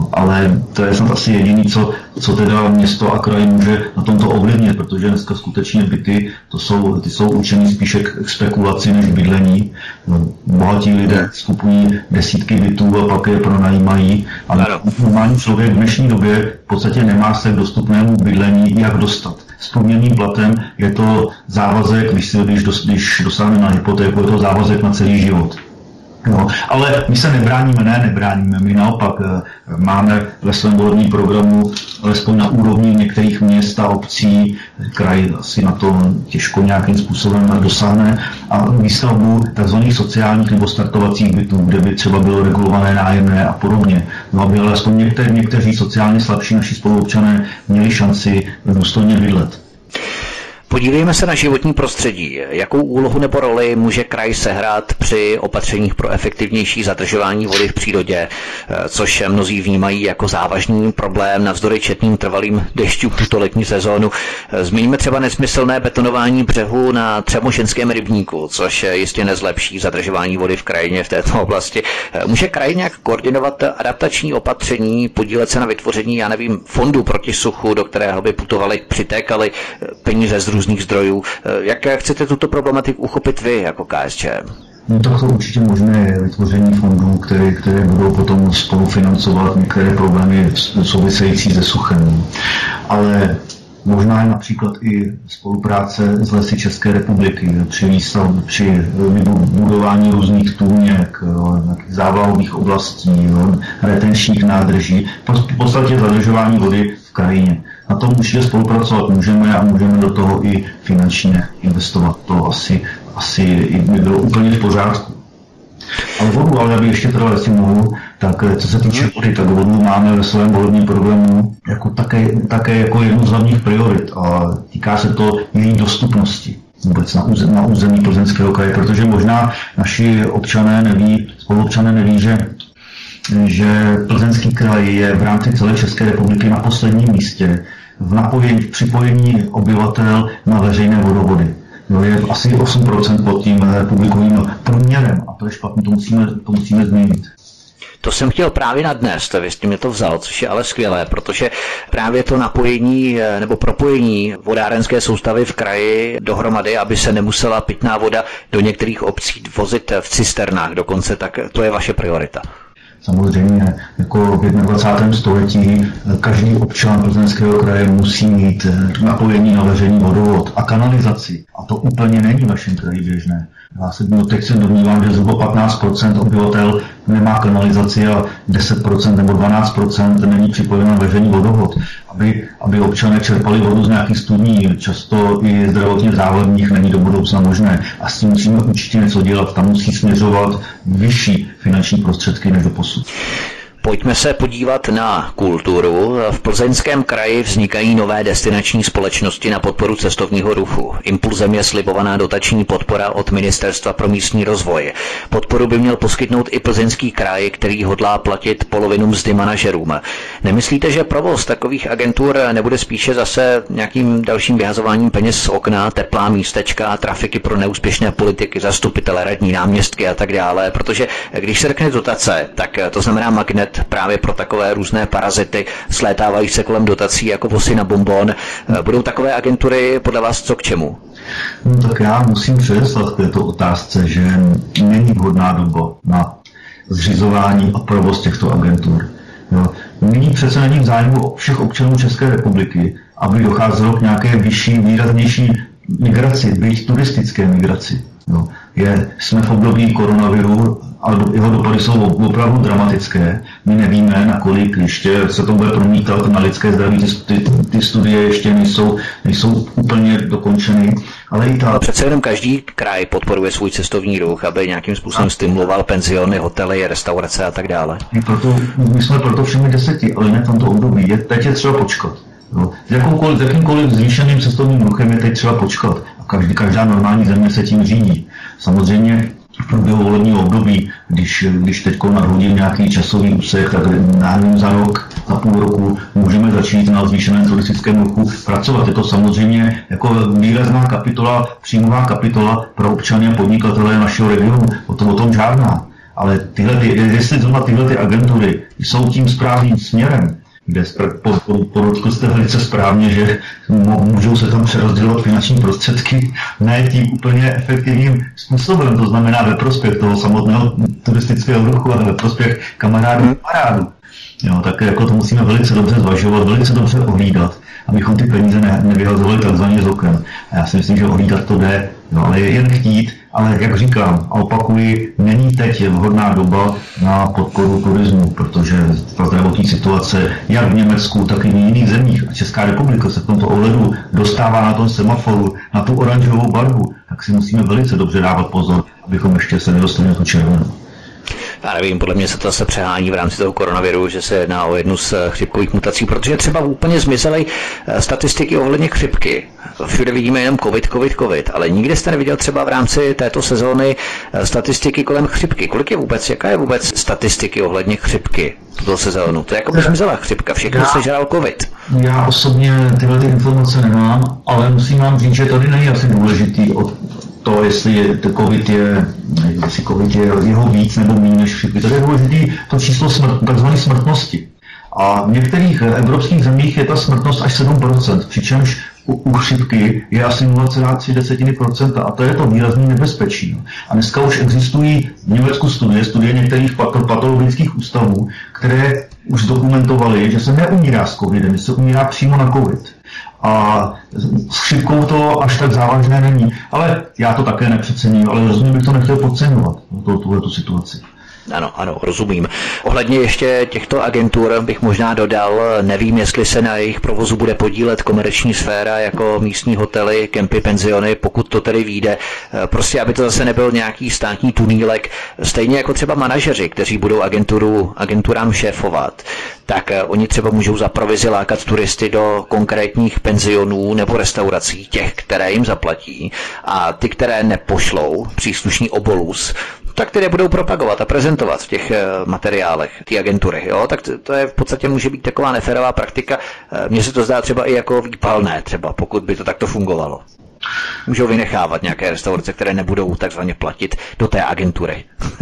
Ale to je snad asi jediné, co teda město a kraj může na tomto ovlivnit, protože dneska skutečně byty, ty jsou určeny spíše k spekulaci než bydlení. Bohatí lidé skupují desítky bytů a pak je pronajímají, ale normální člověk v dnešní době v podstatě nemá se k dostupnému bydlení jak dostat. S průměrným platem je to závazek, když dosáhne na hypotéku, je to závazek na celý život. No, ale my se nebráníme, my naopak máme ve svém volebním programu alespoň na úrovni některých měst a obcí, kraj asi na to těžko nějakým způsobem dosáhne, a výstavbu tzv. Sociálních nebo startovacích bytů, kde by třeba bylo regulované nájemné a podobně. No, aby alespoň někteří sociálně slabší naši spoluobčané měli šanci důstojně bydlet. Podívejme se na životní prostředí. Jakou úlohu nebo roli může kraj sehrát při opatřeních pro efektivnější zadržování vody v přírodě, což mnozí vnímají jako závažný problém navzdory četným trvalým dešťům tuto letní sezónu. Zmíníme třeba nesmyslné betonování břehu na Třemošenském rybníku, což jistě nezlepší zadržování vody v krajině v této oblasti. Může kraj nějak koordinovat adaptační opatření, podílet se na vytvoření, fondu proti suchu, do kterého by přitékaly peníze z různých zdrojů. Jak chcete tuto problematiku uchopit vy jako KSČM? No tak to určitě možné je vytvoření fondů, které budou potom spolufinancovat některé problémy související se suchem. Ale možná je například i spolupráce s Lesy České republiky při budování různých tůněk, závlahových oblastí, retenčních nádrží, v podstatě zadržování vody v krajině. Na tom určitě spolupracovat můžeme a můžeme do toho i finančně investovat. To asi by bylo úplně v pořádku. Ale vodu, ale aby ještě teda jestli mohu, tak co se týče vody, tak vodu máme ve svém volebním programu také jako jednu z hlavních priorit a týká se to její dostupnosti vůbec na území Plzeňského kraje, protože možná naši spoluobčané neví, že Plzeňský kraj je v rámci celé České republiky na posledním místě v připojení obyvatel na veřejné vodovody. Je asi 8% pod tím republikovým průměrem a to je špatný, to musíme změnit. To jsem chtěl právě nadnést, vy jste mě to vzal, což je ale skvělé, protože právě to napojení nebo propojení vodárenské soustavy v kraji dohromady, aby se nemusela pitná voda do některých obcí vozit v cisternách dokonce, tak to je vaše priorita. Samozřejmě jako v 21. století každý občan Plzeňského kraje musí mít napojení na veřejný vodovod a kanalizaci. A to úplně není v našem kraji běžné. Teď se domnívám, že zhruba 15% obyvatel nemá kanalizaci a 10% nebo 12% není připojeno na veřejný vodovod. Aby občané čerpali vodu z nějakých studní, často i zdravotně závadných, není do budoucna možné. A s tím musíme určitě něco dělat. Tam musí směřovat vyšší finanční prostředky než do posud. Pojďme se podívat na kulturu. V Plzeňském kraji vznikají nové destinační společnosti na podporu cestovního ruchu. Impulzem je slibovaná dotační podpora od Ministerstva pro místní rozvoj. Podporu by měl poskytnout i Plzeňský kraj, který hodlá platit polovinu mzdy manažerům. Nemyslíte, že provoz takových agentur nebude spíše zase nějakým dalším vyhazováním peněz z okna, teplá místečka, trafiky pro neúspěšné politiky, zastupitele, radní, náměstky a tak dále? Protože když se řekne dotace, tak to znamená magnet právě pro takové různé parazity, slétávají se kolem dotací jako vosy na bonbon. Budou takové agentury podle vás co k čemu? No, tak já musím předeslat k této otázce, že není vhodná doba na zřizování a provoz těchto agentur. Nyní přece není v zájmu všech občanů České republiky, aby docházelo k nějaké vyšší, výraznější migraci, byť turistické migraci. Jsme v období koronaviru a jeho dopady jsou opravdu dramatické. My nevíme, nakolik ještě se to bude promítat na lidské zdraví. Ty studie ještě nejsou úplně dokončeny. Ale i ta... Přece jenom každý kraj podporuje svůj cestovní ruch, aby nějakým způsobem stimuloval penziony, hotely, restaurace a tak dále. My jsme proto všemi 10, ale ne v tomto období. Teď je třeba počkat. S jakýmkoliv zvýšeným cestovním ruchem je teď třeba počkat. A každá normální země se tím řídí. Samozřejmě v průběhu volebního období, když teď nadhodím nějaký časový úsek, tak za rok, za půl roku můžeme začít na zvýšeném turistickém ruchu pracovat. Je to samozřejmě jako výrazná kapitola, příjmová kapitola pro občany a podnikatele našeho regionu. O tom žádná. Ale jestli zrovna tyhle agentury jsou tím správným směrem, kde podotkl jste velice správně, že můžou se tam přerozdělovat finanční prostředky ne tím úplně efektivním způsobem, to znamená ve prospěch toho samotného turistického ruchu, ale ve prospěch kamarádů. Tak jako to musíme velice dobře zvažovat, velice dobře ohlídat, abychom ty peníze nevyhazovali takzvaně z oken. A já si myslím, že ohlídat to jde, ale jen chtít Ale jak říkám a opakuji, není teď vhodná doba na podporu turismu, protože ta zdravotní situace jak v Německu, tak i v jiných zemích a Česká republika se v tomto ohledu dostává na tom semaforu, na tu oranžovou barvu, tak si musíme velice dobře dávat pozor, abychom ještě se nedostali na tu červenou. Já nevím, podle mě se to zase přehání v rámci toho koronaviru, že se jedná o jednu z chřipkových mutací, protože třeba úplně zmizely statistiky ohledně chřipky. Všude vidíme jenom covid, ale nikde jste neviděl třeba v rámci této sezóny statistiky kolem chřipky. Jaká je vůbec statistiky ohledně chřipky tuto sezónu? To je jako by zmizela chřipka, všechno se žral covid. Já osobně tyhle informace nemám, ale musím vám říct, že tady není asi důležitý to, jestli COVID je jeho víc nebo méně než chřipky. Tady je důležitý to číslo takzvané smrtnosti. A v některých evropských zemích je ta smrtnost až 7%, přičemž u chřipky je asi 0,3%, a to je to výrazný nebezpečí. A dneska už existují v Německu studie některých patologických ústavů, které už dokumentovaly, že se neumírá s covidem, že se umírá přímo na covid. A s chřipkou to až tak závažné není. Ale já to také nepřecením, ale rozhodně bych to nechtěl podceňovat, tuhletu situaci. Ano, rozumím. Ohledně ještě těchto agentur bych možná dodal, nevím, jestli se na jejich provozu bude podílet komerční sféra jako místní hotely, kempy, penziony, pokud to tedy vyjde. Prostě, aby to zase nebyl nějaký státní tunílek, stejně jako třeba manažeři, kteří budou agenturám šéfovat, tak oni třeba můžou za provizi lákat turisty do konkrétních penzionů nebo restaurací, těch, které jim zaplatí, a ty, které nepošlou příslušný obolus, tak ty budou propagovat a prezentovat v těch materiálech, ty agentury. Jo? Tak to je v podstatě může být taková neférová praktika. Mně se to zdá třeba i jako výpalné, třeba, pokud by to takto fungovalo. Můžou vynechávat nějaké restaurace, které nebudou takzvaně platit do té agentury.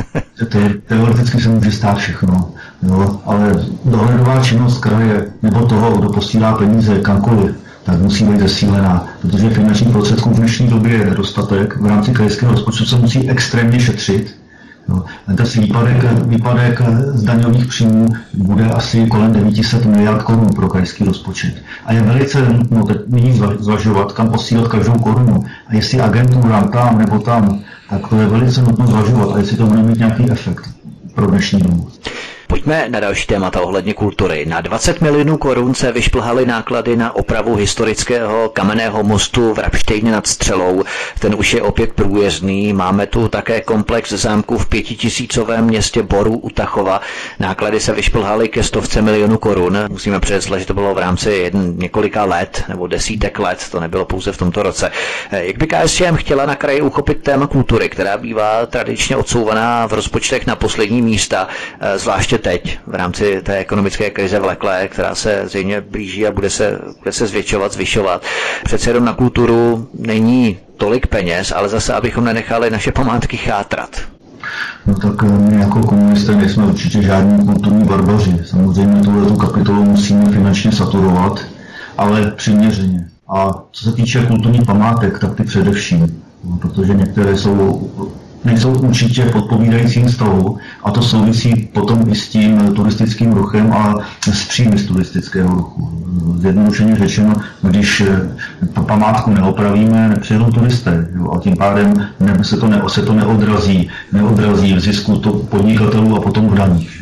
Teoreticky se může stát všechno, jo? Ale dohledová činnost kraje nebo toho, kdo posílá peníze kamkoliv, tak musí být zesílená, protože finančních prostředků v dnešní době je nedostatek. V rámci krajského rozpočtu se musí extrémně šetřit. Ten výpadek z daňových příjmů bude asi kolem 900 miliard korun pro krajský rozpočet. A je velice nutno teď nyní zvažovat, kam posílat každou korunu. A jestli agenturám tam nebo tam, tak to je velice nutno zvažovat. A jestli to bude mít nějaký efekt pro dnešní dobu. Pojďme na další témata ohledně kultury. Na 20 milionů korun se vyšplhaly náklady na opravu historického kamenného mostu v Rabštejně nad Střelou. Ten už je opět průjezdný. Máme tu také komplex zámku v 5tisícovém městě Boru u Tachova. Náklady se vyšplhaly ke 100 milionů korun. Musíme předeslat, že to bylo v rámci několika let nebo desítek let, to nebylo pouze v tomto roce. Jak by KSČM chtěla na kraji uchopit téma kultury, která bývá tradičně odsouvaná v rozpočtech na poslední místa, zvláště teď v rámci té ekonomické krize vleklé, která se zřejmě blíží a bude se zvyšovat. Přece jenom na kulturu není tolik peněz, ale zase, abychom nenechali naše památky chátrat. No tak my jako komunisté nejsme určitě žádní kulturní barbaři. Samozřejmě tuhletu kapitolu musíme finančně saturovat, ale přiměřeně. A co se týče kulturních památek, tak ty především, protože některé nejsou určitě v odpovídajícím stavu, a to souvisí potom i s tím turistickým ruchem a s příjmy z turistického ruchu. Zjednodušeně řečeno, když památku neopravíme, nepřijedou turisté, jo, a tím pádem se to neodrazí v zisku podnikatelů a potom v daních.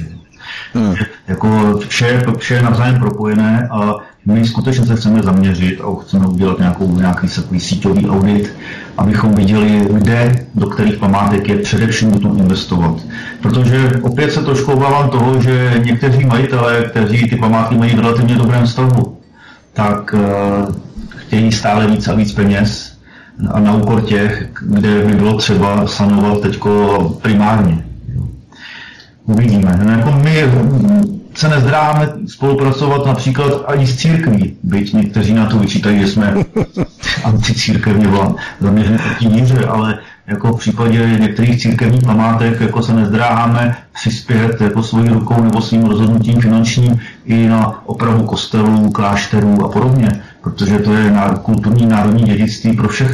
Jako vše je navzájem propojené a my skutečně se chceme zaměřit a chceme udělat nějaký takový síťový audit, abychom viděli, kde, do kterých památek je především nutno investovat. Protože opět se trošku obávám toho, že někteří majitelé, kteří ty památky mají v relativně dobrém stavu, tak chtějí stále víc a víc peněz a na úkor těch, kde by bylo třeba sanovat teďko primárně. Uvidíme. Jako my se nezdráháme spolupracovat například ani s církví, byť někteří na to vyčítají, že jsme anticírkevně zaměření proti víře, ale jako v případě některých církevních památek jako se nezdráháme přispět jako svojí rukou nebo svým rozhodnutím finančním i na opravu kostelů, klášterů a podobně, protože to je kulturní národní dědictví pro všechny.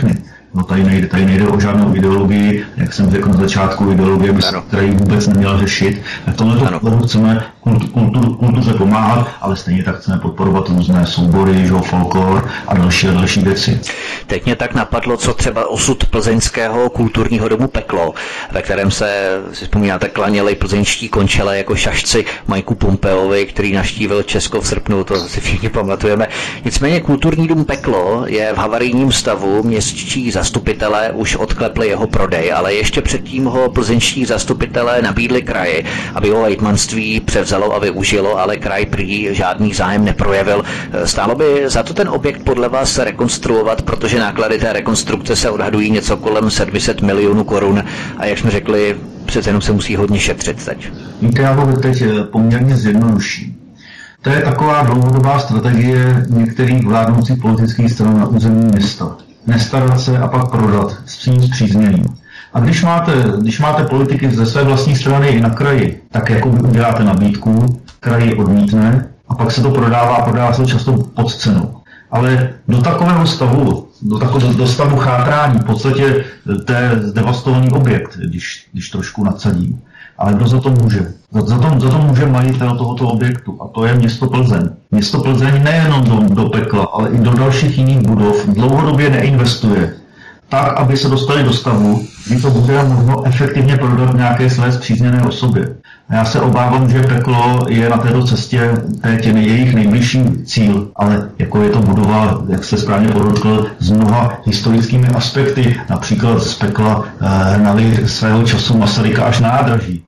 No tady nejde o žádnou ideologii, jak jsem řekl na začátku, ideologie by se tady vůbec neměla řešit. V tomhle chceme kultuře pomáhat, ale stejně tak chceme podporovat různé soubory, folklor a další věci. Teď mě tak napadlo, co třeba osud plzeňského kulturního domu Peklo, ve kterém se, si vzpomínáte, klaněli plzeňští končele jako šašci Majku Pompeovi, který navštívil Česko v srpnu, to si všichni pamatujeme. Nicméně kulturní dům Peklo je v havarijním stavu, městští zastupitelé už odklepli jeho prodej, ale ještě předtím ho plzeňští zastupitelé nabídli kraji, aby ho hejtmanství převzalo a využilo, ale kraj prý žádný zájem neprojevil. Stálo by za to ten objekt podle vás rekonstruovat, protože náklady té rekonstrukce se odhadují něco kolem 700 milionů korun a jak jsme řekli, přece jenom se musí hodně šetřit teď. Víte, já to teď poměrně zjednoduším. To je taková dlouhodobá strategie některých vládnoucích politických stran na území města. Nestarat se a pak prodat s tím spřízněným. A když máte politiky ze své vlastní strany i na kraji, tak jako vy uděláte nabídku, kraj odmítne a pak se to prodává se často pod cenou. Ale do takového stavu, do stavu chátrání, v podstatě to je zdevastovaný objekt, když trošku nadsadím. Ale kdo za to může? Za to může majitel tohoto objektu, a to je město Plzeň. Město Plzeň nejenom do Pekla, ale i do dalších jiných budov dlouhodobě neinvestuje tak, aby se dostali do stavu, kdy to bude možno efektivně prodat nějaké své spřízněné osobě. A já se obávám, že Peklo je na této cestě jejich nejbližší cíl, ale jako je to budova, jak se správně podotkl, s mnoha historickými aspekty, například z Pekla hnali svého času Masaryka až na nádraží,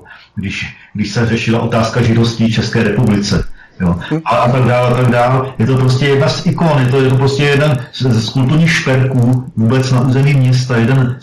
když se řešila otázka židovství v České republice. Jo. A tak dále. Je to prostě jedna z ikon, je to prostě jeden z kulturních šperků vůbec na území města, jeden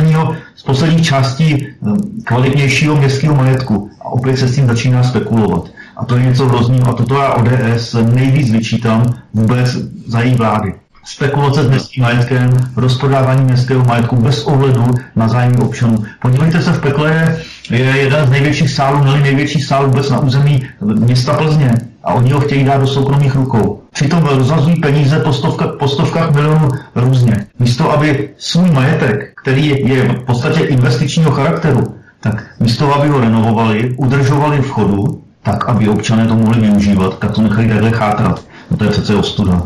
z posledních částí kvalitnějšího městského majetku. A opět se s tím začíná spekulovat. A to je něco hrozného a toto já ODS nejvíc vyčítám vůbec za její vlády. Spekulace s městským majetkem, rozprodávání městského majetku bez ohledu na zájmy občanů. Podívejte se, v Pekle je jeden z největších sálů, největší sál vůbec na území města Plzně. A oni ho chtějí dát do soukromých rukou. Přitom rozhazují peníze po stovkách milionů různě. Místo, aby svůj majetek, který je v podstatě investičního charakteru, tak místo, aby ho renovovali, udržovali v chodu, tak, aby občané to mohli využívat, tak to nechají takhle chátrat. No to je přece ostuda.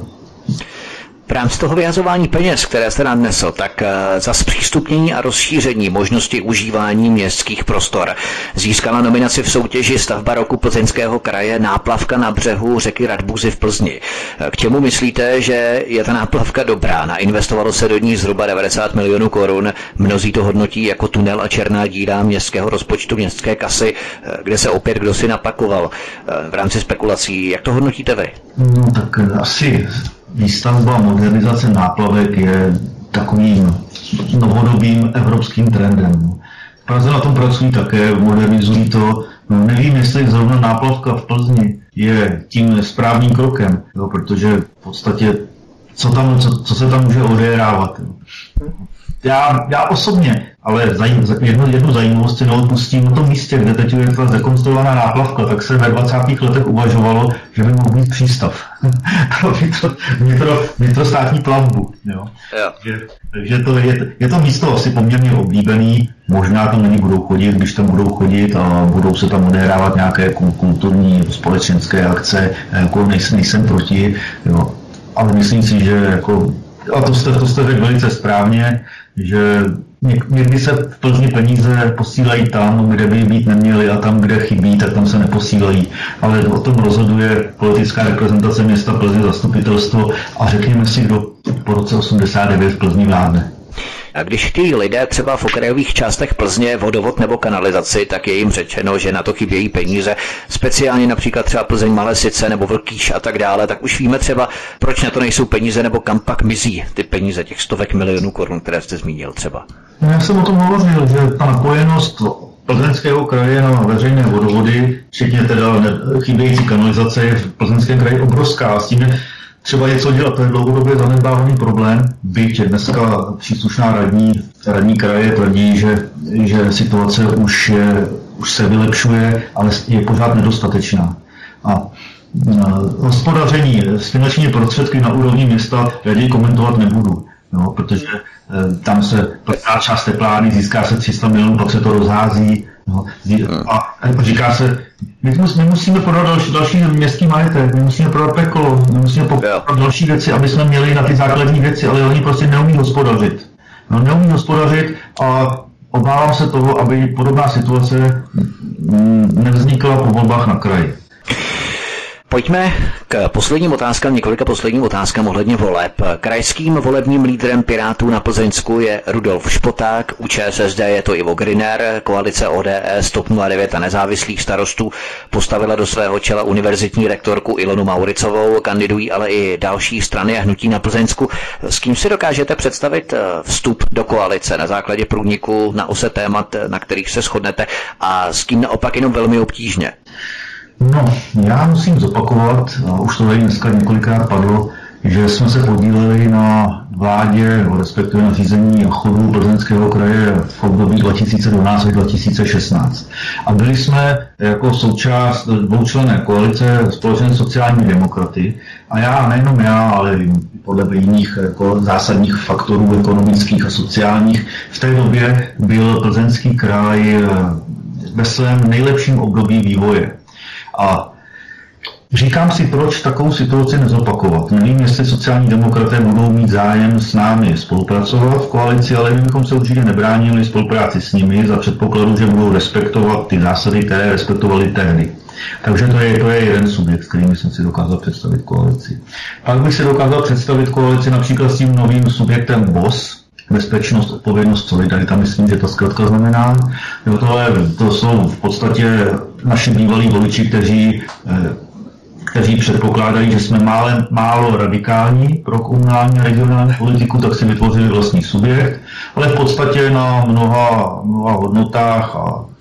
V rámci toho vyhazování peněz, které jste nám nesl, tak za zpřístupnění a rozšíření možnosti užívání městských prostor získala nominaci v soutěži Stavba roku Plzeňského kraje náplavka na břehu řeky Radbuzy v Plzni. K čemu myslíte, že je ta náplavka dobrá? Nainvestovalo se do ní zhruba 90 milionů korun. Mnozí to hodnotí jako tunel a černá díra městského rozpočtu, městské kasy, kde se opět kdosi napakoval v rámci spekulací. Jak to hodnotíte vy? No tak asi výstavba, modernizace náplavek je takovým novodobým evropským trendem. V Praze na tom pracují také, modernizují to. No, nevím, jestli zrovna náplavka v Plzni je tím správným krokem, protože v podstatě co se tam může odehrávat. Já osobně, ale jednu zajímavost si neodpustím, na tom místě, kde teď je ta zrekonstruovaná náplavka, tak se ve 20. letech uvažovalo, že by mohl být přístav pro vnitrostátní plavbu. Jo. Takže je to místo asi poměrně oblíbený, možná tam lidi budou chodit, když tam budou chodit a budou se tam odehrávat nějaké kulturní společenské akce, jako nejsem proti, jo. Ale myslím si, že jako, a to jste řekl velice správně, že někdy se v Plzni peníze posílají tam, kde by být neměly, a tam, kde chybí, tak tam se neposílají. Ale o tom rozhoduje politická reprezentace města Plzně, zastupitelstvo, a řekněme si, kdo po roce 89 v Plzni vládne. A když chtějí lidé třeba v okrajových částech Plzně vodovod nebo kanalizaci, tak je jim řečeno, že na to chybějí peníze, speciálně například třeba Plzeň Malesice nebo Vlkýš a tak dále, tak už víme třeba, proč na to nejsou peníze nebo kam pak mizí ty peníze, těch stovek milionů korun, které jste zmínil třeba. Já jsem o tom hovořil, že ta napojenost Plzeňského kraje na veřejné vodovody, včetně teda chybějící kanalizace, je v Plzeňském kraji obrovská. A s tím je třeba něco dělat, to je dlouhodobě zanedbávaný problém, byť dneska příslušná radní kraje tvrdí, že situace už se vylepšuje, ale je pořád nedostatečná. A hospodaření s finančními prostředky na úrovni města raději komentovat nebudu. jo, protože tam se prodá část teplárny, získá se 300 milionů, pak se to rozhází. No, a říká se, my musíme prodat další městský majetek, my musíme prodat peklo, my musíme prodat další věci, aby jsme měli na ty základní věci, ale oni prostě neumí hospodařit. No, neumí hospodařit a obávám se toho, aby podobná situace nevznikla po volbách na kraji. Pojďme k posledním otázkám, několika posledním otázkám ohledně voleb. Krajským volebním lídrem Pirátů na Plzeňsku je Rudolf Špoták, u ČSSD je to Ivo Griner, koalice ODS, TOP 09 a nezávislých starostů postavila do svého čela univerzitní rektorku Ilonu Mauricovou, kandidují ale i další strany a hnutí na Plzeňsku. S kým si dokážete představit vstup do koalice na základě průniku na ose témat, na kterých se shodnete, a s kým naopak jenom velmi obtížně? No, já musím zopakovat, a už to tady dneska několikrát padlo, že jsme se podíleli na vládě, respektive na řízení chodu Plzeňského kraje v období 2012 až 2016. A byli jsme jako součást dvoučlenné koalice společně sociálními demokraty. A nejenom já, ale podle jiných jako zásadních faktorů ekonomických a sociálních, v té době byl Plzeňský kraj ve svém nejlepším období vývoje. A říkám si, proč takovou situaci nezopakovat. Nevím, jestli sociální demokraté budou mít zájem s námi spolupracovat v koalici, ale my bychom se určitě nebránili spolupráci s nimi za předpokladu, že budou respektovat ty zásady, které respektovali tehdy. Takže to je jeden subjekt, s kterým jsem si dokázal představit koalici. Pak bych si dokázal představit koalici například s tím novým subjektem BOS, bezpečnost, odpovědnost, solidarita, myslím, že to zkrátka znamená. Jo, to jsou v podstatě naši bývalí voliči, kteří předpokládají, že jsme málo radikální pro komunální a regionální politiku, tak si vytvořili vlastní subjekt, ale v podstatě na mnoha hodnotách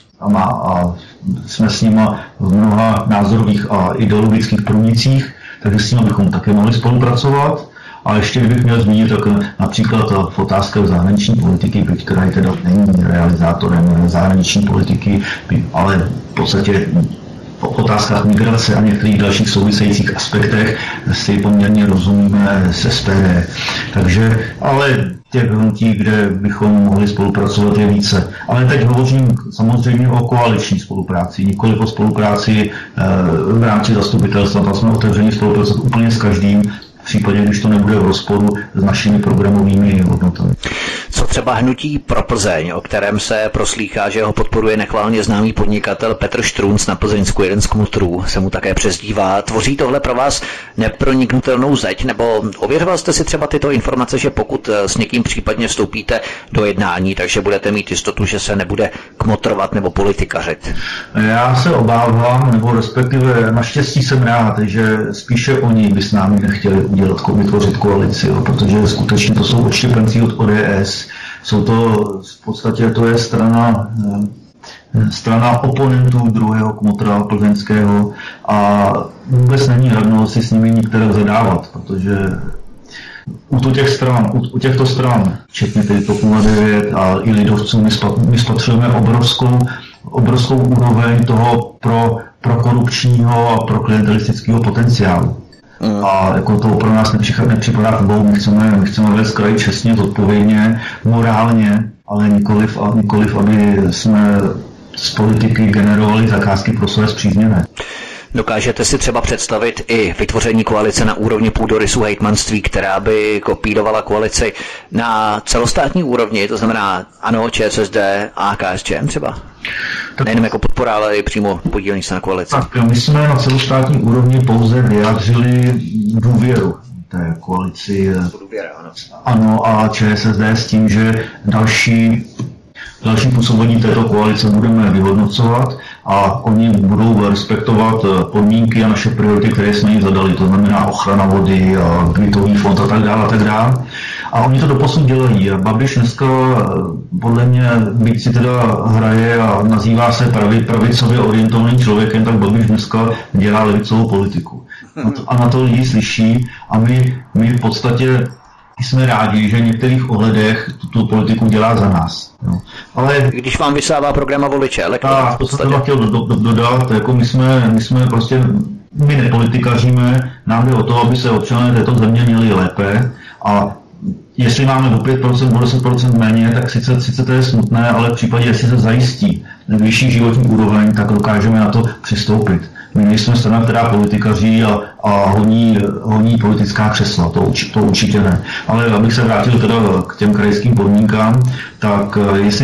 a jsme s nimi v mnoha názorových a ideologických průnicích, takže s nimi bychom také mohli spolupracovat. A ještě bych měl zmínit tak například v otázkách zahraniční politiky, byť kraj teda není realizátorem zahraniční politiky, ale v podstatě v otázkách migrace a některých dalších souvisejících aspektech si poměrně rozumíme s SPD. Takže, ale těch hnutí, kde bychom mohli spolupracovat, je více. Ale teď hovořím samozřejmě o koaliční spolupráci, nikoli o spolupráci v rámci zastupitelstva. Tam jsme otevřeni spolupracovat úplně s každým, v případě, když to nebude v rozporu s našimi programovými hodnotami. Co třeba hnutí pro Plzeň, o kterém se proslýchá, že ho podporuje nechválně známý podnikatel Petr Štrunc na Plzeňsku, jeden z kmotrů, se mu také přezdívá. Tvoří tohle pro vás neproniknutelnou zeď, nebo ověřoval jste si třeba tyto informace, že pokud s někým případně vstoupíte do jednání, takže budete mít jistotu, že se nebude kmotrovat nebo politikařit? Já se obávám, nebo respektive naštěstí jsem rád, že spíše oni by s námi nechtěli vytvořit koalici, protože skutečně to jsou odštěpenci od ODS. Jsou to v podstatě, to je strana oponentů druhého kmotra plzeňského a vůbec není radno si s nimi některé zadávat, protože u těchto stran, včetně tedy TOP 09 a i lidovců, my spatřujeme obrovskou úroveň toho pro korupčního a pro klientelistického potenciálu. A jako to pro nás nepřipadá v bou, my chceme vést kraj čestně, zodpovědně, morálně, ale nikoliv, aby jsme z politiky generovali zakázky pro své spřízněné. Dokážete si třeba představit i vytvoření koalice na úrovni půdorysu hejtmanství, která by kopírovala koalici na celostátní úrovni, to znamená ANO, ČSSD a KSČM třeba? Nejenom jako podpora, ale i přímo podílení se na koalici. Tak my jsme na celostátní úrovni pouze vyjádřili důvěru té koalici ANO a ČSSD s tím, že další působení této koalice budeme vyhodnocovat a oni budou respektovat podmínky a naše priority, které jsme jim zadali, to znamená ochrana vody, bytový fond a tak dále. A oni to doposud dělají. Babiš dneska podle mě, byť si teda hraje a nazývá se pravicově orientovaným člověkem, tak Babiš dneska dělá levicovou politiku. A na to lidi slyší a my v podstatě jsme rádi, že v některých ohledech tu politiku dělá za nás. Jo. Ale když vám vysává programa voliče, to jsem chtěl dodat, jako my jsme prostě, my nepolitikaříme, nám jde o to, aby se občané této země měli lépe a jestli máme o 5%, o 10% méně, tak sice to je smutné, ale v případě, jestli se zajistí vyšší životní úroveň, tak dokážeme na to přistoupit. My nejsme strana, která politikaří a honí politická křesla, to určitě ne. Ale abych se vrátil teda k těm krajským podmínkám, tak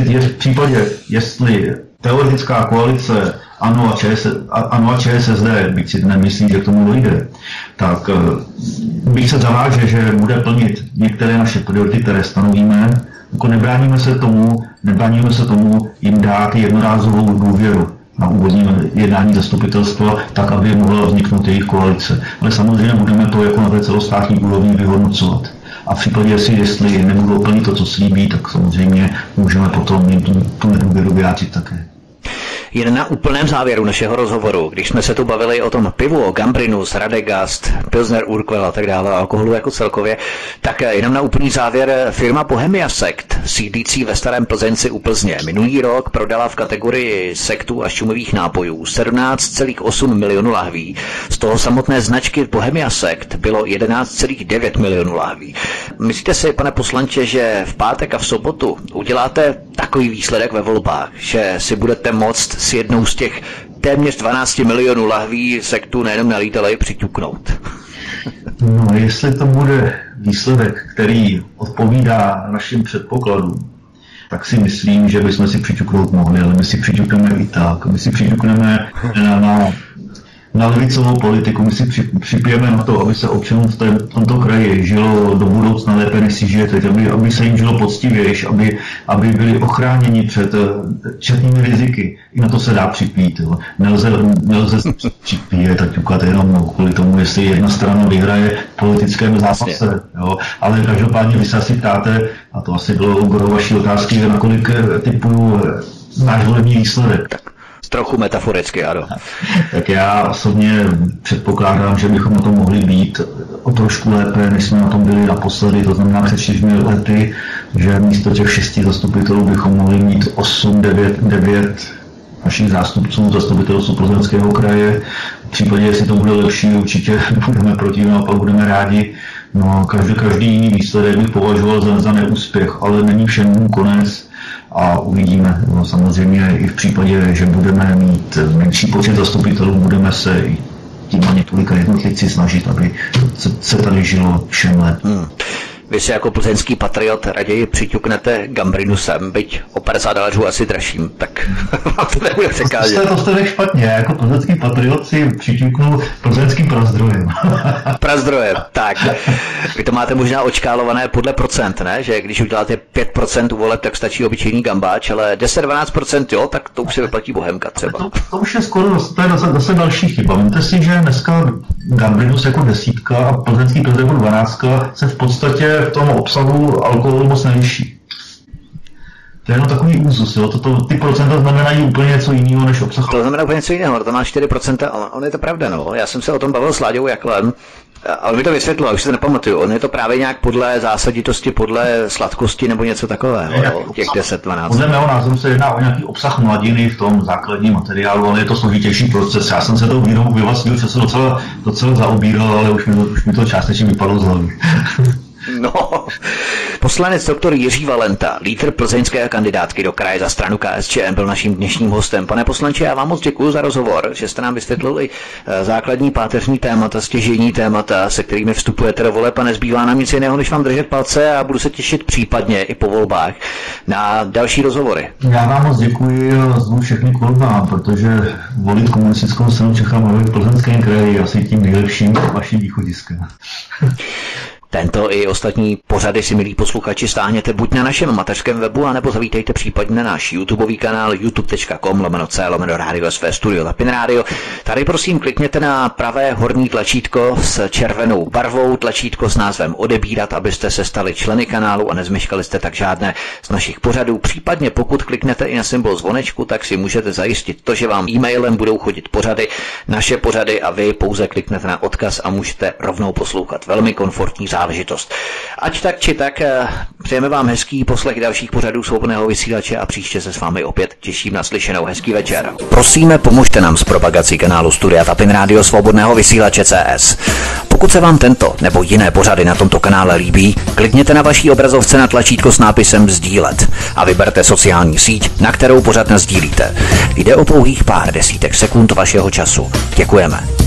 jestli teoretická koalice ANO a ČSSD, byť si nemyslí, že k tomu dojde, tak byť se zaváže, že bude plnit některé naše priority, které stanovíme, jako nebráníme se tomu jim dát jednorázovou důvěru na úvodním jednání zastupitelstva, tak, aby mohla vzniknout jejich koalice. Ale samozřejmě budeme to jako na té celostátní úrovni vyhodnocovat. A v případě, jestli nebudou plnit to, co slíbí, tak samozřejmě můžeme potom jim tu nedůvěru vyjádřit také. Jen na úplném závěru našeho rozhovoru, když jsme se tu bavili o tom pivu, Gambrinus, Radegast, Pilsner Urquell a tak dále, alkoholu jako celkově, tak jenom na úplný závěr firma Bohemia Sekt, sídlící ve Starém Plzeňci u Plzně, minulý rok prodala v kategorii sektů a šumových nápojů 17,8 milionů lahví. Z toho samotné značky Bohemia Sekt bylo 11,9 milionů lahví. Myslíte si, pane poslanče, že v pátek a v sobotu uděláte takový výsledek ve volbách, že si budete moct s jednou z těch téměř 12 milionů lahví sektu nejenom nalít, ale i přiťuknout? No, jestli to bude výsledek, který odpovídá našim předpokladům, tak si myslím, že bychom si přiťuknout mohli, ale my si přiťukneme i tak. My si přiťukneme na levicovou politiku, my si připijeme na to, aby se občanům v tomto kraji žilo do budoucna lépe, než si žije teď, aby se jim žilo poctivější, aby byli ochráněni před četnými riziky. I na to se dá připít. Jo. Nelze připíjet a ťukat jenom kvůli tomu, jestli jedna strana vyhraje politickém zápase. Jo. Ale každopádně vy se asi ptáte, a to asi bylo gro vaší otázky, nakolik typuju náš volební výsledek. Trochu metaforicky, ano. Tak já osobně předpokládám, že bychom na tom mohli být o trošku lépe, než jsme na tom byli naposledy, to znamená před 4 lety, že místo těch 6 zastupitelů bychom mohli mít 8, 9 našich zástupců, zastupitelů Plzeňského kraje. V případě, jestli to bude lepší, určitě budeme proti, a pak budeme rádi. No, každý jiný výsledek bych považoval za neúspěch, ale není všem konec. A uvidíme. No, samozřejmě i v případě, že budeme mít menší počet zastupitelů, budeme se i těma několika jednotlivci snažit, aby se tady žilo všem lépe. Vy si jako plzeňský patriot raději přiťuknete Gambrinusem, byť o $50 asi dražším, tak vám to nebude překážet. To jste špatně, jako plzeňský patriot si přiťuknu plzeňským Prazdrojem. Prazdrojem, tak. Vy to máte možná očkálované podle procent, ne? Že když uděláte 5% voleb, tak stačí obyčejný gambáč, ale 10-12% jo, tak to už se vyplatí Bohemka třeba. To už je skoro, to je zase další chyba. Víte si, že dneska Gambrinus jako 10 a plzeňský Pilz jako 12 se v podstatě v tom obsahu alkoholu moc neliší. To je jenom takový úzus, jo? Ty procenta znamenají úplně něco jiného než obsah. To znamená úplně něco jiného, to má 4%, ale on je to pravda, no. Já jsem se o tom bavil s Láďou Jaklem, ale mi to vysvětlilo, už se nepamatuju. On je to právě nějak podle zásaditosti, podle sladkosti nebo něco takového, těch 10-12. Podle mého názoru se jedná o nějaký obsah mladiny v tom základním materiálu, ale je to složitější proces. Já jsem se tou výrobou vyvlastnil, že se docela zaobíral, ale už mi to částečně vypadlo z hlavy. No, poslanec doktor Jiří Valenta, lídr plzeňské kandidátky do kraje za stranu KSČM, byl naším dnešním hostem. Pane poslanče, já vám moc děkuji za rozhovor, že jste nám vysvětlili základní páteřní témata, stěžejní témata, se kterými vstupujete do voleb a nezbývá nám nic jiného, než vám držet palce a budu se těšit případně i po volbách na další rozhovory. Já vám moc děkuji a zvu všechny k volbám, protože volit komunistickou stranu Čech a Moravy v Plzeňském kraji je asi tím nejlepším vaším východiskem. Tento i ostatní pořady si, milí posluchači, stáhněte buď na našem mateřském webu, anebo zavítejte případně na náš YouTubeový kanál youtube.com/radio své studio Tapin Radio. Tady prosím klikněte na pravé horní tlačítko s červenou barvou, tlačítko s názvem odebírat, abyste se stali členy kanálu a nezmeškali jste tak žádné z našich pořadů. Případně pokud kliknete i na symbol zvonečku, tak si můžete zajistit to, že vám e-mailem budou chodit pořady, naše pořady a vy pouze kliknete na odkaz a můžete rovnou poslouchat velmi komfortní záležitost. Ať tak či tak, přejeme vám hezký poslech dalších pořadů Svobodného vysílače a příště se s vámi opět těším na slyšenou. Hezký večer. Prosíme, pomožte nám s propagací kanálu Studia Tapin Rádio Svobodného vysílače CS. Pokud se vám tento nebo jiné pořady na tomto kanále líbí, klikněte na vaší obrazovce na tlačítko s nápisem sdílet a vyberte sociální síť, na kterou pořad nasdílíte. Jde o pouhých pár desítek sekund vašeho času. Děkujeme.